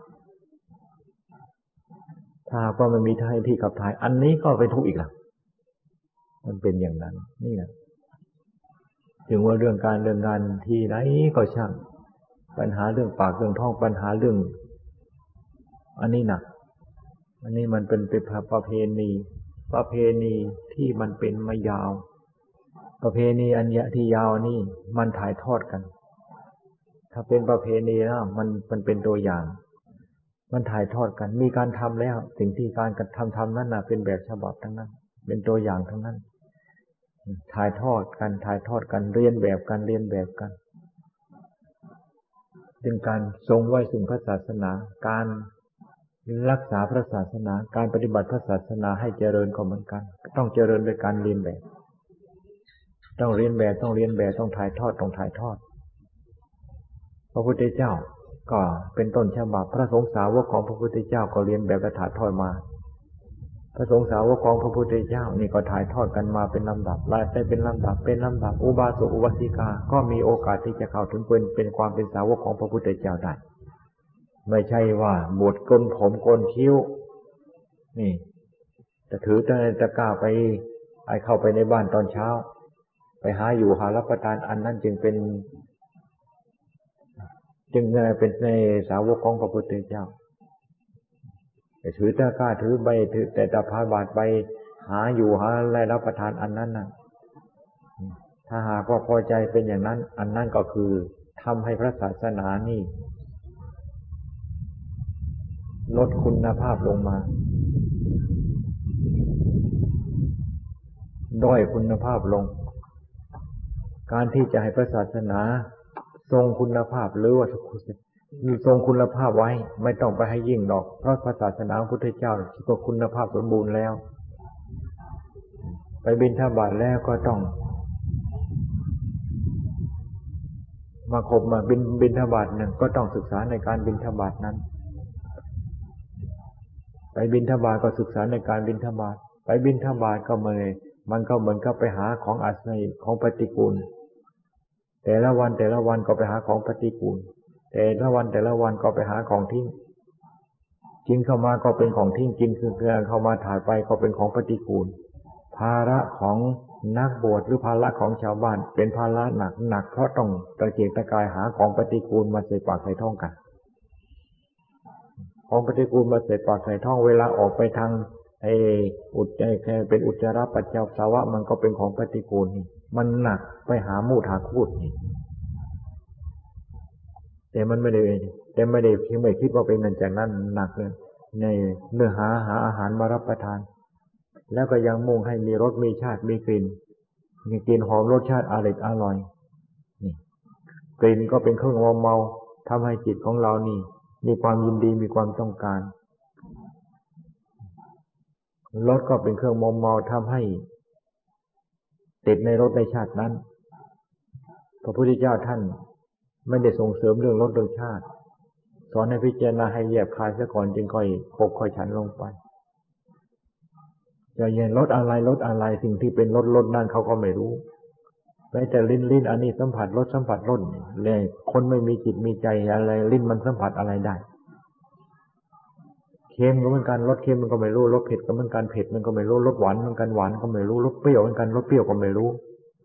ถ้าก็ไม่มีที่ที่ขับถ่ายอันนี้ก็เป็นทุกข์อีกล่ะมันเป็นอย่างนั้นนี่แหละถึงว่าเรื่องการเรื่องงานที่ไหนก็ช่างปัญหาเรื่องปากเรื่องท้องปัญหาเรื่องอันนี้หนักอันนี้มันเป็นเป็นประเพณีประเพณีที่มันเป็นมายาวประเพณีอันยะที่ยาวนี่มันถ่ายทอดกันถ้าเป็นประเพณีแล้วมันมันเป็นตัวอย่างมันถ่ายทอดกันมีการทำแล้วสิ่งที่การกระทำทำนั้นน่ะเป็นแบบฉบับทั้งนั้นเป็นตัวอย่างทั้งนั้นถ่ายทอดกันถ่ายทอดกันเรียนแบบกันเรียนแบบกันเป็นการทรงไว้ซึ่งพระศาสนาการรักษาพระศาสนาการปฏิบัติพระศาสนาให้เจริญก็เหมือนกันต้องเจริญโดยการเรียนแบบต้องเรียนแบบต้องเรียนแบบต้องถ่ายทอดต้องถ่ายทอดพระพุทธเจ้าก็เป็นต้นฉบับพระสงฆ์สาวกของพระพุทธเจ้าก็เรียนแบบและถ่ายทอดมาพระสงฆ์สาวกของพระพุทธเจ้านี่ก็ถ่ายทอดกันมาเป็นลำดับไล่ไปเป็นลำดับเป็นลำดับอุบาสกอุบาสิกาก็มีโอกาสที่จะเข้าถึงเป็นเป็นความเป็นสาวกของพระพุทธเจ้าได้ไม่ใช่ว่าบวชโกนผมโกนคิ้วนี่จะถือตะตะกร้าไปไอเข้าไปในบ้านตอนเช้าไปหาอยู่หารับประทานอันนั้นจึงเป็นจึงเป็นในสาวกของพระพุทธเจ้าแต่ถือตะกร้าถือใบถือแต่ตะพาบาทไปหาอยู่หาอะไรรับประทานอันนั้นน่ะถ้าหากว่าพอใจเป็นอย่างนั้นอันนั้นก็คือทำให้พระศาสนานี่ลดคุณภาพลงมาด้อยคุณภาพลงการที่จะให้พระศาสนาทรงคุณภาพหรือว่าทรงคุณภาพไว้ไม่ต้องไปให้ยิ่งดอกเพราะพระศาสนาของพุทธเจ้าก็คุณภาพสมบูรณ์แล้วไปบิณฑบาตแล้วก็ต้องมาคบมาบินบิณฑบาตหนึ่งก็ต้องศึกษาในการบิณฑบาตนั้นไปบิณฑบาตก็ศึกษาในการบิณฑบาตไปบิณฑบาตก็เหมือนมันก็เหมือนกับไปหาของอาศัยของปฏิกูลแต่ละวันแต่ละวันก็ไปหาของปฏิกูลแต่ละวันแต่ละวันก็ไปหาของทิ้งกินเข้ามาก็เป็นของทิ้งกินคือเกลือเข้ามาถ่ายไปก็เป็นของปฏิกูลภาระของนักบวชหรือภาระของชาวบ้านเป็นภาระหนักหนักเพราะต้องตะเกียกตะกายหาของปฏิกูลมาใส่ปากใส่ท้องกันของปฏิกูลมาใส่ปากใส่ท้องเวลาออกไปทางไอ้อุจจาระเป็นอุจจาระปัสสาวะมันก็เป็นของปฏิกูลนี่มันหนักไปหามูดหาคูดนี่แต่มันไม่ได้แต่ไม่ได้คิดไม่คิดว่าเป็นนั่นจากนั้นหนักเลยในเนื้อหาหาอาหารมารับประทานแล้วก็ยังมุ่งให้มีรสมีชาติมีกลิ่นมีกลิ่นหอมรสชาติอร่อยอร่อยนี่กลิ่นก็เป็นเครื่องเมาเมาทำให้จิตของเรานี่มีความยินดีมีความต้องการรสก็เป็นเครื่องเมาเมาทำให้ติดในรสในชาตินั้นพระพุทธเจ้าท่านไม่ได้ส่งเสริมเรื่องรสเรื่องชาติสอนให้พิจารณาให้แยบคายซะก่อนจึงค่อยคบค่อยฉันลงไปจะเย็นรสอะไรรสอะไรสิ่งที่เป็นรสรสนั่นเขาก็ไม่รู้แม้แต่ลิ้นลิ้นอันนี้สัมผัสรสสัมผัสรสเลยคนไม่มีจิตมีใจอะไรลิ้นมันสัมผัสอะไรได้เค็มก็เหมือนกันรสเค็มมันก็ไม่รู้รสเผ็ดก็เหมือนกันเผ็ดมันก็ไม่รู้รสหวานเหมือนกันหวานก็ไม่รู้รสเปรี้ยวเหมือนกันรสเปรี้ยวก็ไม่รู้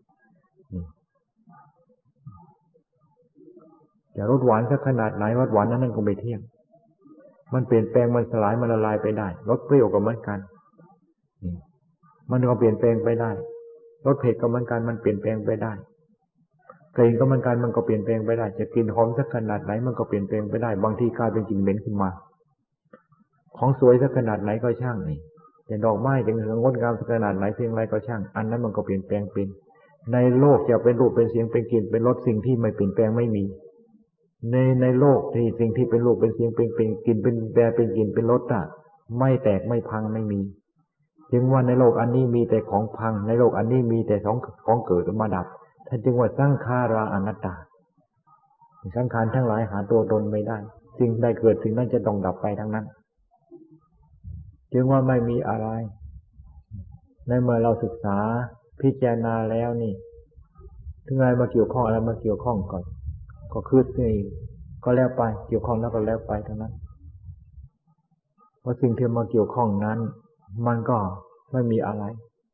จะรสหวานสักขนาดไหนรสหวานนั้นนั่นก็ไม่เที่ยงมันเปลี่ยนแปลงมันสลายมันละลายไปได้รสเปรี้ยวก็เหมือนกันมันก็เปลี่ยนแปลงไปได้รสเผ็ดก็เหมือนกันมันเปลี่ยนแปลงไปได้กลิ่นก็เหมือนกันมันก็เปลี่ยนแปลงไปได้จะกลิ่นหอมสักขนาดไหนมันก็เปลี่ยนแปลงไปได้บางทีกลายเป็นกลิ่นเหม็นขึ้นมาของสวยสักขนาดไหนก็ช่างนี่แต่ดอกไม้จะงดงามสักขนาดไหนเพียงไรก็ช่างอันนั้นมันก็เปลี่ยนแปลงเป็นในโลกจะเป็นรูปเป็นเสียงเป็นกลิ่นเป็นรสสิ่งที่ไม่เปลี่ยนแปลงไม่มีในในโลกที่สิ่งที่เป็นรูปเป็นเสียงเป็นเป็นกลิ่นเป็นแปรเป็นกลิ่นเป็นรสอ่ะไม่แตกไม่พังไม่มีจึงว่าในโลกอันนี้มีแต่ของพังในโลกอันนี้มีแต่ของของเกิดมาดับท่านจึงว่าสังขาราอนัตตาสังขารทั้งหลายหาตัวตนไม่ได้สิ่งใดเกิดสิ่งนั้นจะต้องดับไปทั้งนั้นจึงว่าไม่มีอะไรในเมื่อเราศึกษาพิจารณาแล้วนี่ถึงอะไรมาเกี่ยวข้องอะไรมาเกี่ยวข้องก่อนก็คือนี่ก็แล้วไปเกี่ยวข้องแล้วก็แล้วไปทั้งนั้นเพราะสิ่งที่มาเกี่ยวข้องนั้นมันก็ไม่มีอะไร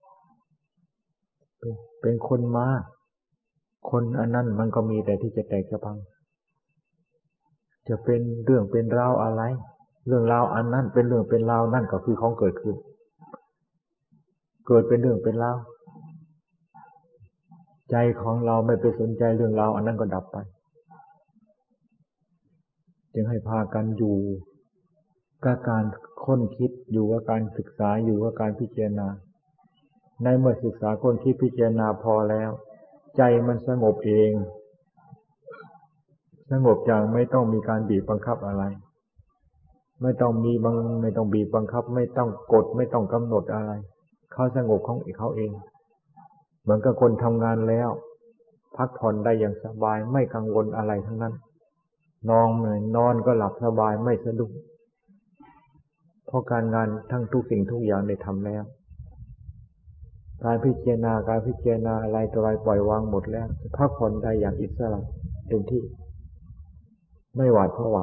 เป็นคนมาคนอันนั้นมันก็มีแต่ที่จะแตกจะพังจะเป็นเรื่องเป็นราวอะไรเรื่องราวอันนั้นเป็นเรื่องเป็นราวนั่นก็คือของเกิดขึ้นเกิดเป็นเรื่องเป็นราวใจของเราไม่ไปสนใจเรื่องราวอันนั้นก็ดับไปจึงให้พากันอยู่กับการค้นคิดอยู่กับการศึกษาอยู่กับการพิจารณาในเมื่อศึกษาค้นคิดพิจารณาพอแล้วใจมันสงบเองสงบอย่างไม่ต้องมีการบีบบังคับอะไรไม่ต้องมีบังไม่ต้องบีบบังคับไม่ต้องกดไม่ต้องกำหนดอะไรเขาสงบของเขาเองเหมือนกับคนทำงานแล้วพักผ่อนได้อย่างสบายไม่กังวลอะไรทั้งนั้นนอนเลยนอนก็หลับสบายไม่สะดุ้งเพราะการงานทั้งทุกสิ่งทุกอย่างได้ทำแล้วการพิจารณาการพิจารณาอะไรตัวอะไรปล่อยวางหมดแล้วพักผ่อนได้อย่างอิสระเต็มที่ไม่หวาดผวา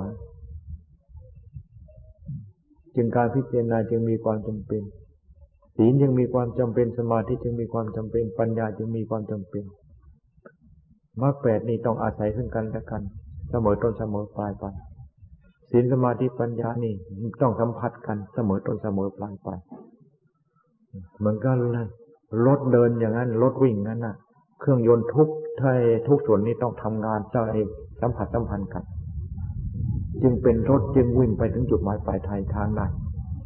จึงการพิจารณาจึงมีความจำเป็นศีลจึงมีความจำเป็นสมาธิจึงมีความจำเป็นปัญญาจึงมีความจำเป็นมรรคแปดนี้ต้องอาศัยซึ่งกันและกันเสมอต้นเสมอปลายไปศีลสมาธิปัญญานี่ต้องสัมผัสกันเสมอต้นเสมอปลายไปเหมือนกันเลยรถเดินอย่างนั้นรถวิ่งนั้นน่ะเครื่องยนต์ทุกท่ายทุกส่วนนี้ต้องทำงานใจสัมผัสสัมพันธ์กันจึงเป็นรถจึงวิ่งไปถึงจุดหมายปลายทางทางได้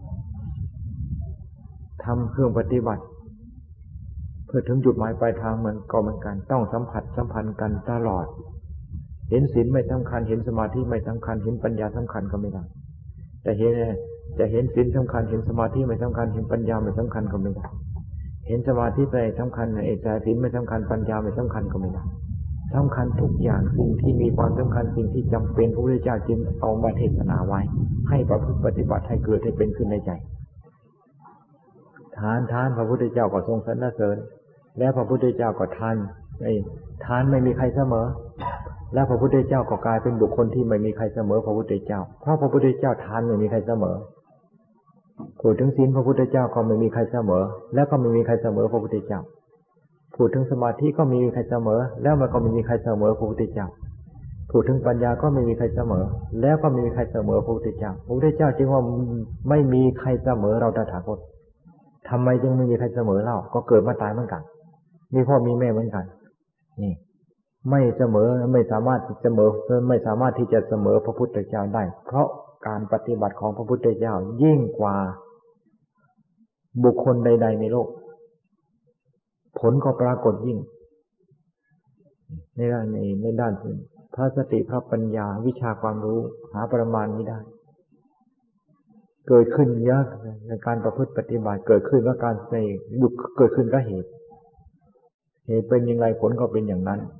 ทำเครื่องปฏิบัติเพื่อถึงจุดหมายปลายทางเหมือนก็เหมือนกันต้องสัมผัสสัมพันธ์กันตลอดเห็นศีลไม่สำคัญเห็นสมาธิไม่สำคัญเห็นปัญญาสำคัญก็ไม่ได้แต่เห็นจะเห็นศีลสำคัญเห็นสมาธิไม่สำคัญเห็นปัญญาไม่สำคัญก็ไม่ได้เห็นสมาธิไปสำคัญเอกศีลไม่สำคัญปัญญาไม่สำคัญก็ไม่ได้สำคัญทุกอย่างสิ่งที่มีความสำคัญสิ่งที่จำเป็นพระพุทธเจ้าจึงเอามาเทศนาไว้ให้ประพฤติปฏิบัติให้เกิดให้เป็นขึ้นในใจทานทานพระพุทธเจ้าก็ทรงสรรเสริญแล้วพระพุทธเจ้าก็ทานไอ้ทานไม่มีใครเสมอแล้วพระพุทธเจ้าก็กลายเป็นบุคคลที่ไม่มีใครเสมอพระพุทธเจ้าเพราะพระพุทธเจ้าทานไม่มีใครเสมอพูดถึงศีลพระพุทธเจ้าก็ไม่มีใครเสมอแล้วก็ไม่มีใครเสมอพระพุทธเจ้าพูดถึงสมาธิก็ไม่มีใครเสมอแล้วมันก็ไม่มีใครเสมอพระพุทธเจ้าพูดถึงปัญญาก็ไม่มีใครเสมอแล้วก็ไม่มีใครเสมอพระพุทธเจ้าพระพุทธเจ้าจึงว่าไม่มีใครเสมอเราตถาคตทำไมจึงไม่มีใครเสมอเราก็เกิดมาตายเหมือนกันมีพ่อมีแม่เหมือนกันนี่ไม่เสมอไม่สามารถเสมอไม่สามารถที่จะเสมอพระพุทธเจ้าได้เพราะการปฏิบัติของพระพุทธเจ้ายิ่งกว่าบุคคลใดๆในโลกผลก็ปรากฏยิ่งในด้านในในด้านพระสติพระปัญญาวิชาความรู้หาประมาณไม่ได้เกิดขึ้นเยอะในการประพฤติปฏิบัติเกิดขึ้นก็การเสกยุคเกิดขึ้นก็เหตุเหตุเป็นอย่างไรผลก็เป็นอย่างนั้น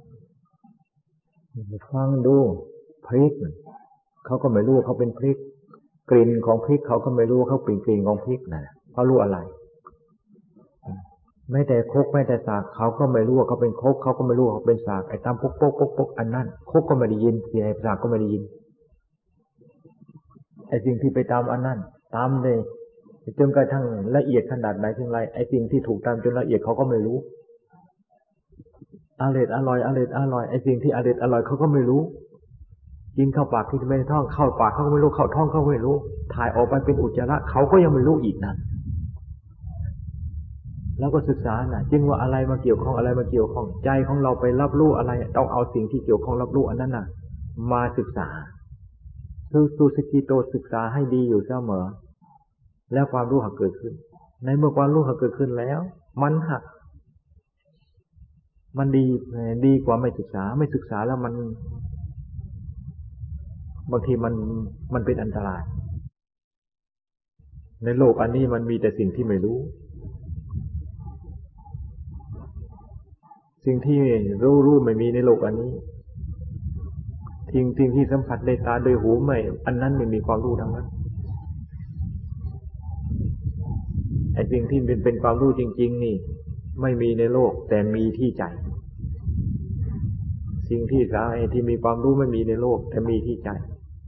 ฟังดูพริกเขาก็ไม่รู้เขาเป็นพริกกลิ่นของพริกเขาก็ไม่รู้เขาเป็นกลิ่นของพริกนะเขารู้อะไรไม่แต่คกไม่แต่สากเขาก็ไม่รู้ว่าเขาเป็นคกเขาก็ไม่รู้ว่าเขาเป็นสากไอ้ตามปุ๊กปุ๊กปุ๊กปุ๊กอันนั้นคกก็ไม่ได้ยินเสียงสากก็ไม่ได้ยินไอ้สิ่งที่ไปตามอันนั้นตามเลยจนกระทั่งละเอียดขนาดไหนถึงไรไอ้สิ่งที่ถูกตามจนละเอียดเขาก็ไม่รู้อร่อยอร่อยอร่อยอร่อยไอ้สิ่งที่อร่อยอร่อยเขาก็ไม่รู้กินเข้าปากที่ไม่ท้องเข้าปากเขาก็ไม่รู้เข้าท้องเขาไม่รู้ถ่ายออกไปเป็นอุจจาระเขาก็ยังไม่รู้อีกนะแล้วก็ศึกษาน่ะจึงว่าอะไรมาเกี่ยวข้องอะไรมาเกี่ยวข้องใจของเราไปรับรู้อะไรต้องเอาสิ่งที่เกี่ยวข้องรับรู้อันนั้นน่ะมาศึกษาคือสุสกิโตศึกษาให้ดีอยู่เสมอแล้วความรู้หักเกิดขึ้นในเมื่อความรู้หักเกิดขึ้นแล้วมันหักมันดีดีกว่าไม่ศึกษาไม่ศึกษาแล้วมันบางทีมันมันเป็นอันตรายในโลกอันนี้มันมีแต่สิ่งที่ไม่รู้สิ่งที่รู้รู้ไม่มีในโลกอันนี้ทิ้งทิ้งที่สัมผัสได้ตาโดยหูไม่อันนั้นไม่มีความรู้ทั้งนั้นไอ้สิ่งที่เป็นเป็นความรู้จริงๆนี่ไม่มีในโลกแต่มีที่ใจสิ่งที่สาไอ้ที่มีความรู้ไม่มีในโลกแต่มีที่ใจ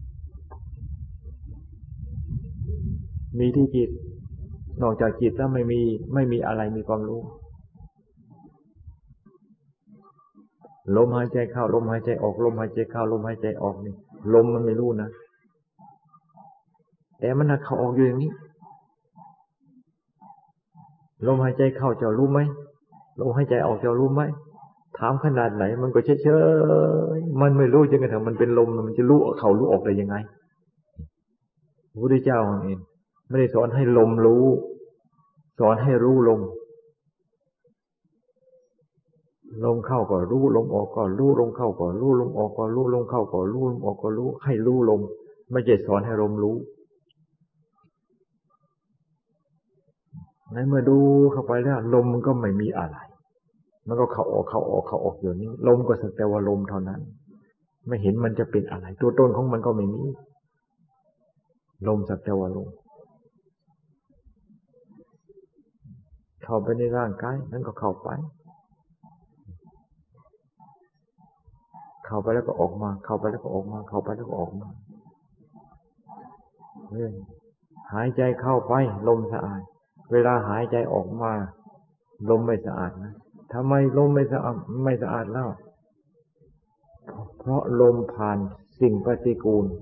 มีที่จิตนอกจากจิตแล้วไม่มีไม่มีอะไรมีความรู้ลมหายใจเข้าลมหายใจออกลมหายใจเข้าลมหายใจออกนี่ลมมันไม่รู้นะแต่มันเข้าออกอยู่อย่างนี้ลมหายใจเข้าเจ้ารู้ไหมลมหายใจออกเจ้ารู้ไหมถามขนาดไหนมันก็เฉยๆมันไม่รู้จนกระทั่งมันเป็นลมมันจะรู้เข้ารู้ออกได้ยังไงพระพุทธเจ้าเองไม่ได้สอนให้ลมรู้สอนให้รู้ลมลมเข้าก็รู้ลมออกก็รู้ลมเข้าก็รู้ลมออกก็รู้ลมเข้าก็รู้ลมออกก็รู้ให้รู้ลมไม่ใช่สอนให้ลมรู้ในเมื่อดูเข้าไปแล้วลมมันก็ไม่มีอะไรมันก็เข้าออกเข้าออกเข้าออกอยู่นี้ลมก็สักแต่ว่าลมเท่านั้นไม่เห็นมันจะเป็นอะไรตัวตนของมันก็ไม่มีลมสักแต่ว่าลมเข้าไปในร่างกายนั่นก็เข้าไปเข้าไปแล้วก็ออกมาเข้าไปแล้วก็ออกมาเข้าไปแล้วก็ออกมาเรื่อยหายใจเข้าไปลมสะอาดเวลาหายใจออกมาลมไม่สะอาดนะทำไมลมไม่สะอาดไม่สะอาดเล่าเพราะลมผ่านสิ่งปฏิกูล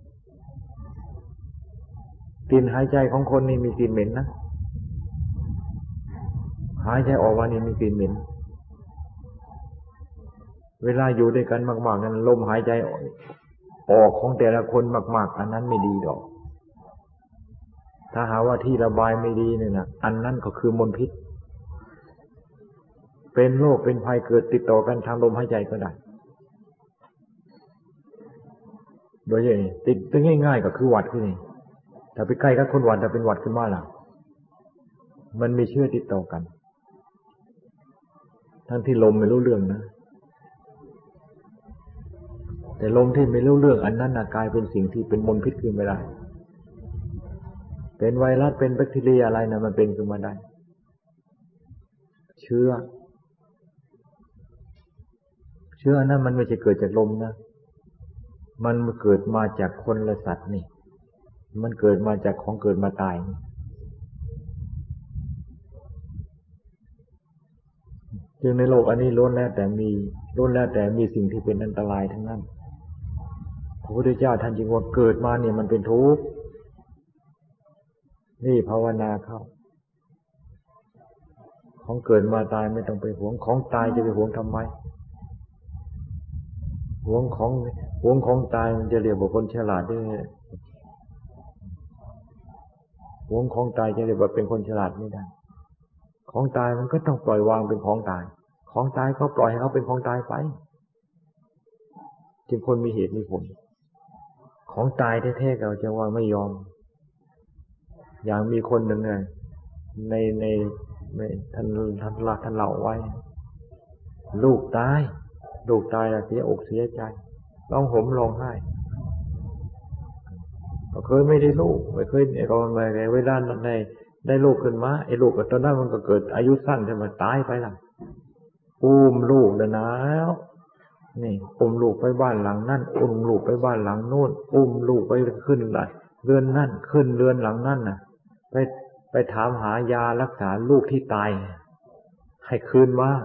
กลิ่นหายใจของคนนี่มีกลิ่นเหม็นนะหายใจออกมานี่มีกลิ่นเหม็นเวลาอยู่ด้วยกันมากๆนั้นลมหายใจออกของแต่ละคนมากๆอันนั้นไม่ดีดอกถ้าหาว่าที่ระบายไม่ดีเนี่ยนะอันนั้นก็คือมลพิษเป็นโรคเป็นภัยเกิดติดต่อกันทางลมหายใจก็ได้โดยอย่างนี้ติดตัวง่ายๆก็คือหวัดขึ้นนี่ถ้าไปใกล้กับคนหวัดถ้าเป็นหวัดขึ้นมาล่ะมันมีเชื้อติดต่อกันทั้งที่ลมไม่รู้เรื่องนะแต่ลมที่ไม่รู้เรื่องอันนั้นน่ะกลายเป็นสิ่งที่เป็นมลพิษขึ้นไม่ได้เป็นไวรัสเป็นแบคทีเรียอะไรนะมันเป็นขึ้นมาได้เชื้อเชื้อนั้นมันไม่ใช่เกิดจากลมนะมันเกิดมาจากคนและสัตว์นี่มันเกิดมาจากของเกิดมาตายจึงในโลกอันนี้ล้วนแล้วแต่มีล้วนแล้วแต่มีสิ่งที่เป็นอันตรายทั้งนั้นพระพุทธเจ้าท่านจึงว่าเกิดมาเนี่ยมันเป็นทุกข์นี่ภาวนาเข้าของเกิดมาตายไม่ต้องไปหวงของตายจะไปหวงทำไมหวงของหวงของตายมันจะเรียกว่าคนฉลาดได้หวงของตายจะเรียกว่าเป็นคนฉลาดไม่ได้ของตายมันก็ต้องปล่อยวางเป็นของตายของตายก็ปล่อยให้เขาเป็นของตายไปจึงคนมีเหตุมีผลของตายแท้ๆเราจะว่าไม่ยอมอย่างมีคนหนึ่งเนี่ยในในในท่านท่านเล่าท่านเล่าไว้ลูกตายลูกตายเสียอกเสียใจร้องห่มร้องไห้ก็เคยไม่ได้ลูกไม่เคยก็มาเวลาในได้ลูกขึ้นมาไอ้ลูกตอนนั้นมันก็เกิดอายุสั้นใช่ไหมตายไปล่ะอุ้มลูกเดินแล้วนี่อุ้มลูกไปบ้านหลังนั่นอุ้มลูกไปบ้านหลังโน้นอุ้มลูกไปขึ้นเลยเรือนนั่นขึ้นเรือนหลังนั่นน่ะไปไปถามหายารักษาลูกที่ตายให้คืนมา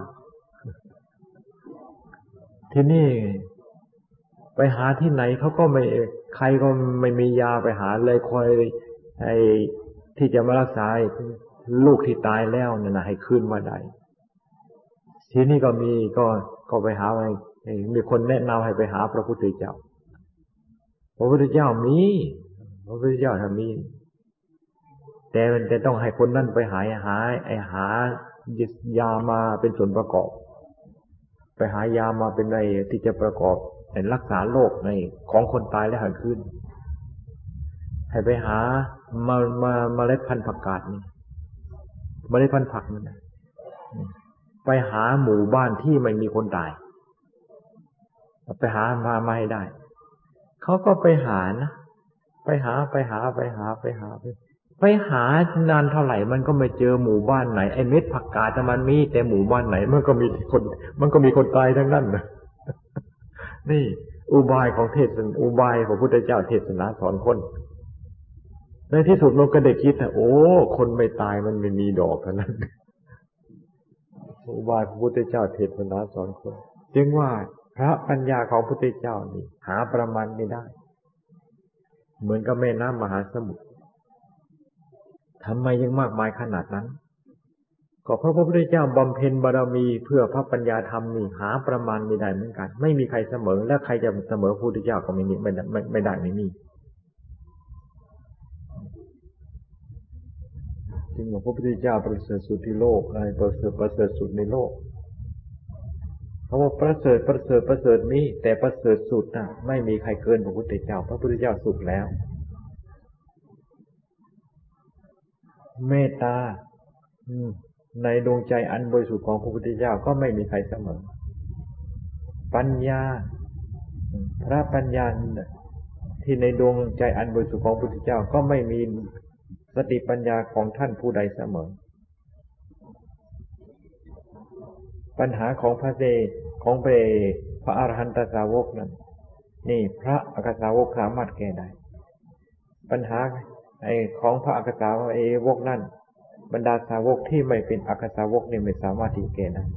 ที่นี่ไปหาที่ไหนเขาก็ไม่ใครก็ไม่มียาไปหาเลยคอยไอ้ที่จะมารักษาลูกที่ตายแล้วนั่นน่ะให้คืนมาได้ทีนี้ก็มีก็ก็ไปหามีคนแนะนำให้ไปหาพระพุทธเจ้าพระพุทธเจ้ามีพระพุทธเจ้าทำมีแต่มันจะต้องให้คนนั่นไปหาหาไอ้หายามาเป็นส่วนประกอบไปหายามาเป็นในที่จะประกอบในรักษาโรคในของคนตายแล้วหายขึ้นให้ไปหามามาเมล็ดพันธุ์ผักกาดนี่เมล็ดพันธุ์ผักนั่นไปหาหมู่บ้านที่ไม่มีคนตายไปหามามาให้ได้เขาก็ไปหานะไปหาไปหาไปหาไปหาไปไปหานานเท่าไหร่มันก็ไม่เจอหมู่บ้านไหนไอ้เม็ดผักกาดมันมีแต่หมู่บ้านไหนมันก็มีคนมันก็มีคนตายทั้งนั้นนะนี่อุบายของเทศน์อุบายของพุทธเจ้าเทศนาสอนคนในที่สุดมันก็ได้คิดนะโอ้คนไม่ตายมันไม่มีดอกเท่านั้นอุบายของพุทธเจ้าเทศนาสอนคนจึงว่าพระปัญญาของพุทธเจ้านี่หาประมาณไม่ได้เหมือนกับแม่น้ำมหาสมุทรทำไมยังมากมายขนาดนั้นก็เพราะพระพุทธเจ้าบำเพ็ญบารมีเพื่อพระปัญญาธรรมนี่หาประมาณไม่ได้เหมือนกันไม่มีใครเสมอและใครจะเสมอพระพุทธเจ้าก็ไม่มีไม่ไม่ไม่ได้ไม่มีจึงว่าพระพุทธเจ้าประเสริฐสุดที่โลกอะไรประเสริฐประเสริฐสุดในโลกเพราะว่าประเสริฐประเสริฐประเสริฐมีแต่ประเสริฐสุดน่ะไม่มีใครเกินพระพุทธเจ้าพระพุทธเจ้าสุดแล้วเมตตาในดวงใจอันบริสุทธิ์ของพระพุทธเจ้าก็ไม่มีใครเสมอปัญญาพระปัญญาที่ในดวงใจอันบริสุทธิ์ของพระพุทธเจ้าก็ไม่มีสติปัญญาของท่านผู้ใดเสมอปัญหาของพระเจของพระพระอรหันตสาวกนั้นนี่พระอรหันตสาวกสามารถแก้ได้ปัญหาไอ้ของพระอรหันตสาวกนั้นบรรดาสาวกที่ไม่เป็นอรหันตสาวกนี่ไม่สามารถที่จะแก้ได้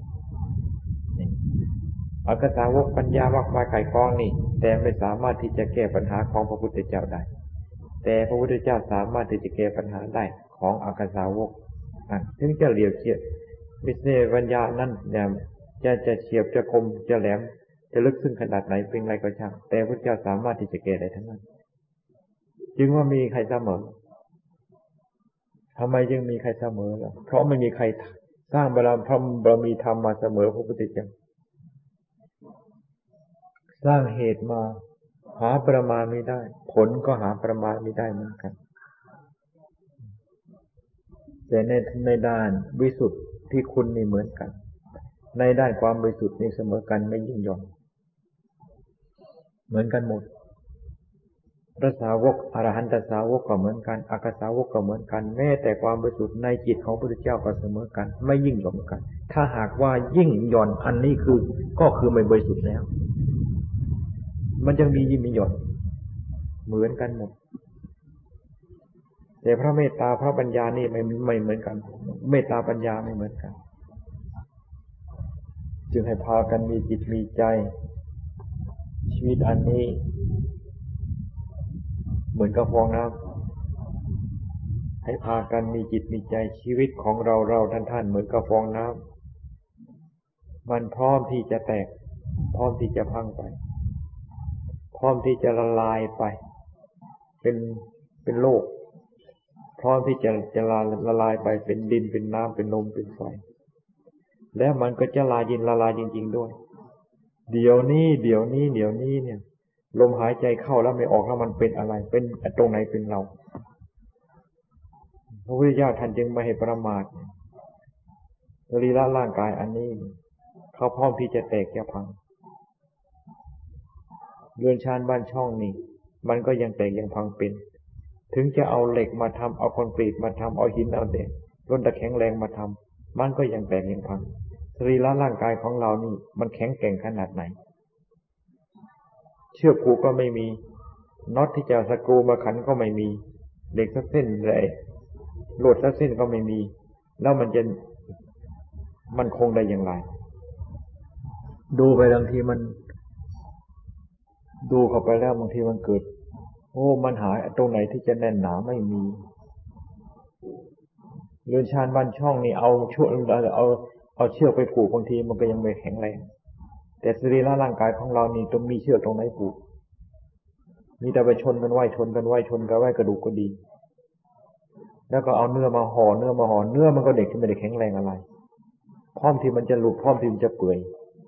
อรหันตสาวกปัญญามากมายไกลกองนี่แต่ไม่สามารถที่จะแก้ปัญหาของพระพุทธเจ้าได้แต่พระพุทธเจ้าสามารถที่จะแก้ปัญหาได้ของอรหันตสาวกนั่นถึงจะเหลียวเฉียดมิเนปัญญานั้นเนี่ยจะจะเฉียบจะคมจะแหลมจะลึกซึ้งขนาดไหนเป็นไรก็ช่างแต่พระพุทธเจ้าสามารถที่จะแก้ได้ทั้งนั้นจึงว่ามีใครเสมอทำไมจึงมีใครเสมอล่ะเพราะไม่มีใครสร้างบารมีพรหมบารมีธรรมมาเสมอพระพุทธเจ้าสร้างเหตุมาหาประมาณไม่ได้ผลก็หาประมาณไม่ได้เหมือนกันแต่ในในด้านวิสุทธิคุณนี่เหมือนกันในด้านความบริสุทธิ์นี่เสมอกันไม่ยิ่งหย่อนเหมือนกันหมดพระสาวกอรหันตสาวกก็เหมือนกันอัคคสาวกก็เหมือนกันแม้แต่ความบริสุทธิ์ในจิตของพระพุทธเจ้าก็เสมอกันไม่ยิ่งหย่อนกันถ้าหากว่ายิ่งหย่อนอันนี้คือก็คือไม่บริสุทธิ์แล้วมันจะมียิ่งมีหย่อนเหมือนกันหมดแต่พระเมตตาพระปัญญานี่ไม่ไม่เหมือนกันเมตตาปัญญาไม่เหมือนกันจึงให้พากันมีจิตมีใจชีวิตอันนี้เหมือนกับฟองน้ำให้พากันมีจิตมีใจชีวิตของเราเราท่านท่านเหมือนกับฟองน้ำมันพร้อมที่จะแตกพร้อมที่จะพังไปพร้อมที่จะละลายไปเป็นเป็นโลกพร้อมที่จะจะละละลายไปเป็นดินเป็นน้ำเป็นลมเป็นไฟแล้วมันก็จะละลายยินละลายจริงๆด้วยเดี๋ยวนี้เดี๋ยวนี้เดี๋ยวนี้เนี่ยลมหายใจเข้าแล้วไม่ออกแล้วมันเป็นอะไรเป็นตรงไหนเป็นเราพระพุทธเจ้าท่านจึงไม่ให้ประมาทสรีระร่างกายอันนี้เขาพร้อมที่จะแตกจะพังเรือนชานบ้านช่องนี่มันก็ยังแตกยังพังเป็นถึงจะเอาเหล็กมาทำเอาคอนกรีตมาทำเอาหินเอาเด็กรถตะแข็งแรงมาทำมันก็ยังแตกยังพังสรีระร่างกายของเรานี่มันแข็งแกร่งขนาดไหนเชือกผูกก็ไม่มีน็อตที่จะสกรูมาขันก็ไม่มีเหล็กสักเส้นเลยโหลดสักเส้นก็ไม่มีแล้วมันจะมันคงได้อย่างไรดูไปบางทีมันดูเข้าไปแล้วบางทีมันเกิดโอ้มันหาตรงไหนที่จะแน่นหนาไม่มีเรือนชานบ้านช่องนี่เอาช่วงเอาเอาเชือกไปผูกบางทีมันก็ยังไม่แข็งแรงแต่สรีระร่างกายของเรานี่ต้องมีเชือกตรงไหนผูกมีแต่ไปชนกันไหวชนกันไหวชนกันไหวกระดูกก็ดีแล้วก็เอาเนื้อมาห่อเนื้อมาห่อเนื้อมันก็เด็กที่ไม่ได้แข็งแรงอะไรพร้อมที่มันจะหลุดพร้อมที่มันจะเปื่อย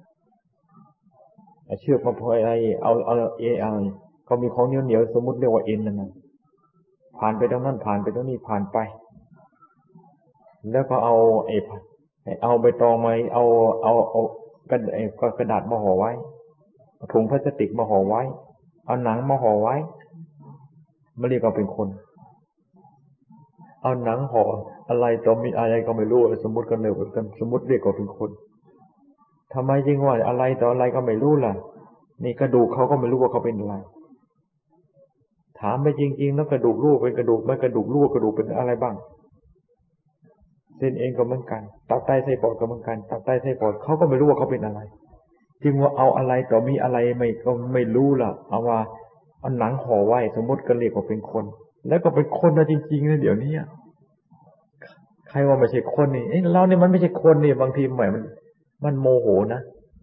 เชือกมาพออะไรเอาเอาเอไอเขามีของเหนียวเหนียวสมมุติเรียกว่าเอ็นนั่นนะผ่านไปตรงนั้นผ่านไปตรงนี้ผ่านไปแล้วก็เอาไอ้เอาใบตองมาเอาเอาเอากระไอ้กระดาษมาห่อไว้ถุงพลาสติกมาห่อไว้เอาหนังมาห่อไว้ไม่เรียกว่าเป็นคนเอาหนังห่ออะไรต่อมีอะไรก็ไม่รู้สมมุติกันเลยกันสมมุติเรียกว่าเป็นคนทำไมจริงว่าอะไรต่ออะไรก็ไม่รู้ล่ะนี่กระดูกเขาก็ไม่รู้ว่าเขาเป็นอะไรถามไปจริงๆแล้วกระดูกรู้เป็นกระดูกไม่กระดูกรู้กระดูกเป็นอะไรบ้างเส้นเอ็นก็เหมือนกันตับไตไส้ปอดก็เหมือนกันตับไตไส้ปอดเขาก็ไม่รู้ว่าเขาเป็นอะไรจริงว่าเอาอะไรต่อมีอะไรไม่ก็ไม่รู้ล่ะเอาว่าเอาหนังห่อไว้สมมติก็เรียกว่าเป็นคนแล้วก็เป็นคนนะจริงๆนะเดี๋ยวนี้ใครว่าไม่ใช่คนนี่เอ้ยเราเนี่ยมันไม่ใช่คนนี่บางทีแหมมันมันโมโหนะ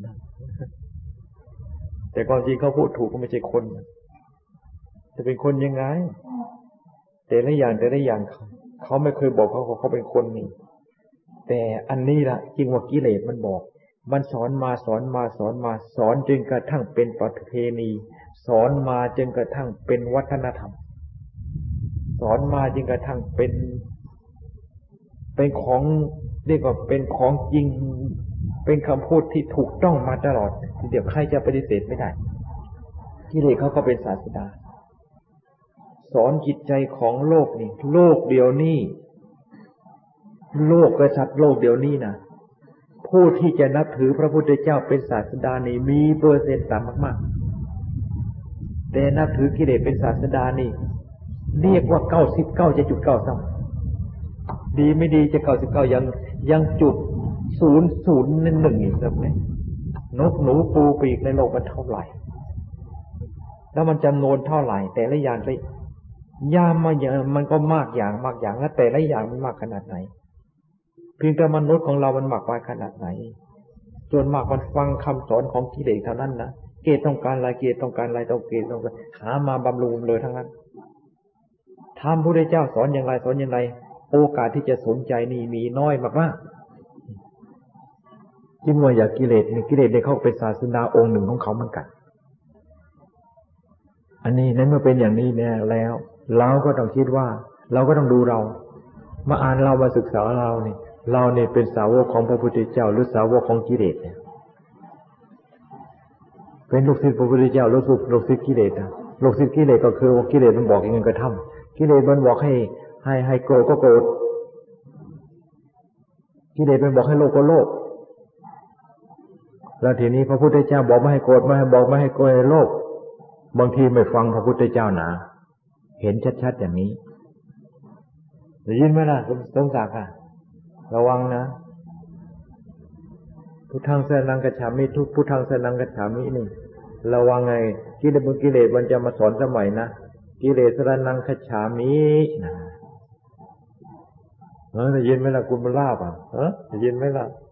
แต่ความจริงเขาพูดถูกก็ไม่ใช่คนจะเป็นคนยังไงแต่ละอย่างแต่ละอย่างเขาไม่เคยบอกเขาเขาเป็นคนนี่แต่อันนี้ล่ะจริงว่ากิเลสมันบอกมันสอนมาสอนมาสอนมาสอนจนกระทั่งเป็นประเพณีสอนมาจนกระทั่งเป็นวัฒนธรรมสอนมาจนกระทั่งเป็นเป็นของเรียกว่าเป็นของจริงเป็นคำพูดที่ถูกต้องมาตลอดเดี๋ยวใครจะปฏิเสธไม่ได้กิเลสเขาก็เป็นศาสดาสอนจิตใจของโลกนี่โลกเดียวนี้โลกกษัตริย์โลกเดียวนี้นะผู้ที่จะนับถือพระพุทธเจ้าเป็นศาสดานี่มีเปอร์เซ็นต์ต่ำมากๆแต่นับถือกิเลสเป็นศาสดานี่เรียกว่าเก้าสิบเก้าจะจุดเก้าซ้ำดีไม่ดีจะเก้าสิบเก้ายังยังจุดศูนย์ศูนย์หนึ่งหนึ่งอีกสักเลยนกหนูปูปีกในโลกมันเท่าไหร่แล้วมันจำนวนเท่าไหร่แต่ละอย่างเลยยามมาอย่างมันก็มากอย่างมากอย่างแล้วแต่ละอย่างมันมากขนาดไหนเพียงแต่มนุษย์ของเรามันมากไปขนาดไหนส่วนมากมันฟังคำสอนของกิเลสเท่านั้นนะเกตต้องการอะไรเกตต้องการอะไรต้องเกตต้องการหามาบำรุงเลยทั้งนั้นธรรมพระพุทธเจ้าสอนอย่างไรสอนอย่างไรโอกาสที่จะสนใจนี่มีน้อยมากๆยิ่งว่าอย่ากิเลสนี่กิเลสเนี่ยเขาเป็นศาสนาองค์หนึ่งของเขาเหมือนกันอันนี้นั้นเมื่อเป็นอย่างนี้เนี่ยแล้วเราก็ต้องคิดว่าเราก็ต้องดูเรามาอ่านเรามาศึกษาเรานี่เราเนี่ยเป็นสาวกของพระพุทธเจ้าหรือสาวกของกิเลสเนี่ยเป็นลูกศิษย์พระพุทธเจ้าหรือลูกศิษย์กิเลสนะลูกศิษย์กิเลสก็คือว่ากิเลสมันบอกอย่างนั้นก็ทำกิเลสมันบอกให้ให้ให้โกรธก็โกรธกิเลสมันบอกให้โลภก็โลภแล้วทีนี้พระพุทธเจ้าบอกไม่ให้โกรธไม่ให้บอกไม่ให้โกรธให้โลภบางทีไม่ฟังพระพุทธเจ้านะเห็นชัดๆอย่างนี้ได้ยินไหมล่ะสมศักดิ์อ่ะระวังนะพุทธังสรณังคัจฉามิทุกพุทธังสรณังคัจฉามินี่ระวังไงกิเลสกิเลสมันจะมาสอนสมัยนะกิเลสสรณังคัจฉามินะเออได้ยินไหมล่ะคุณบุญลาภอ่ะเออได้ยินไหมล่ะ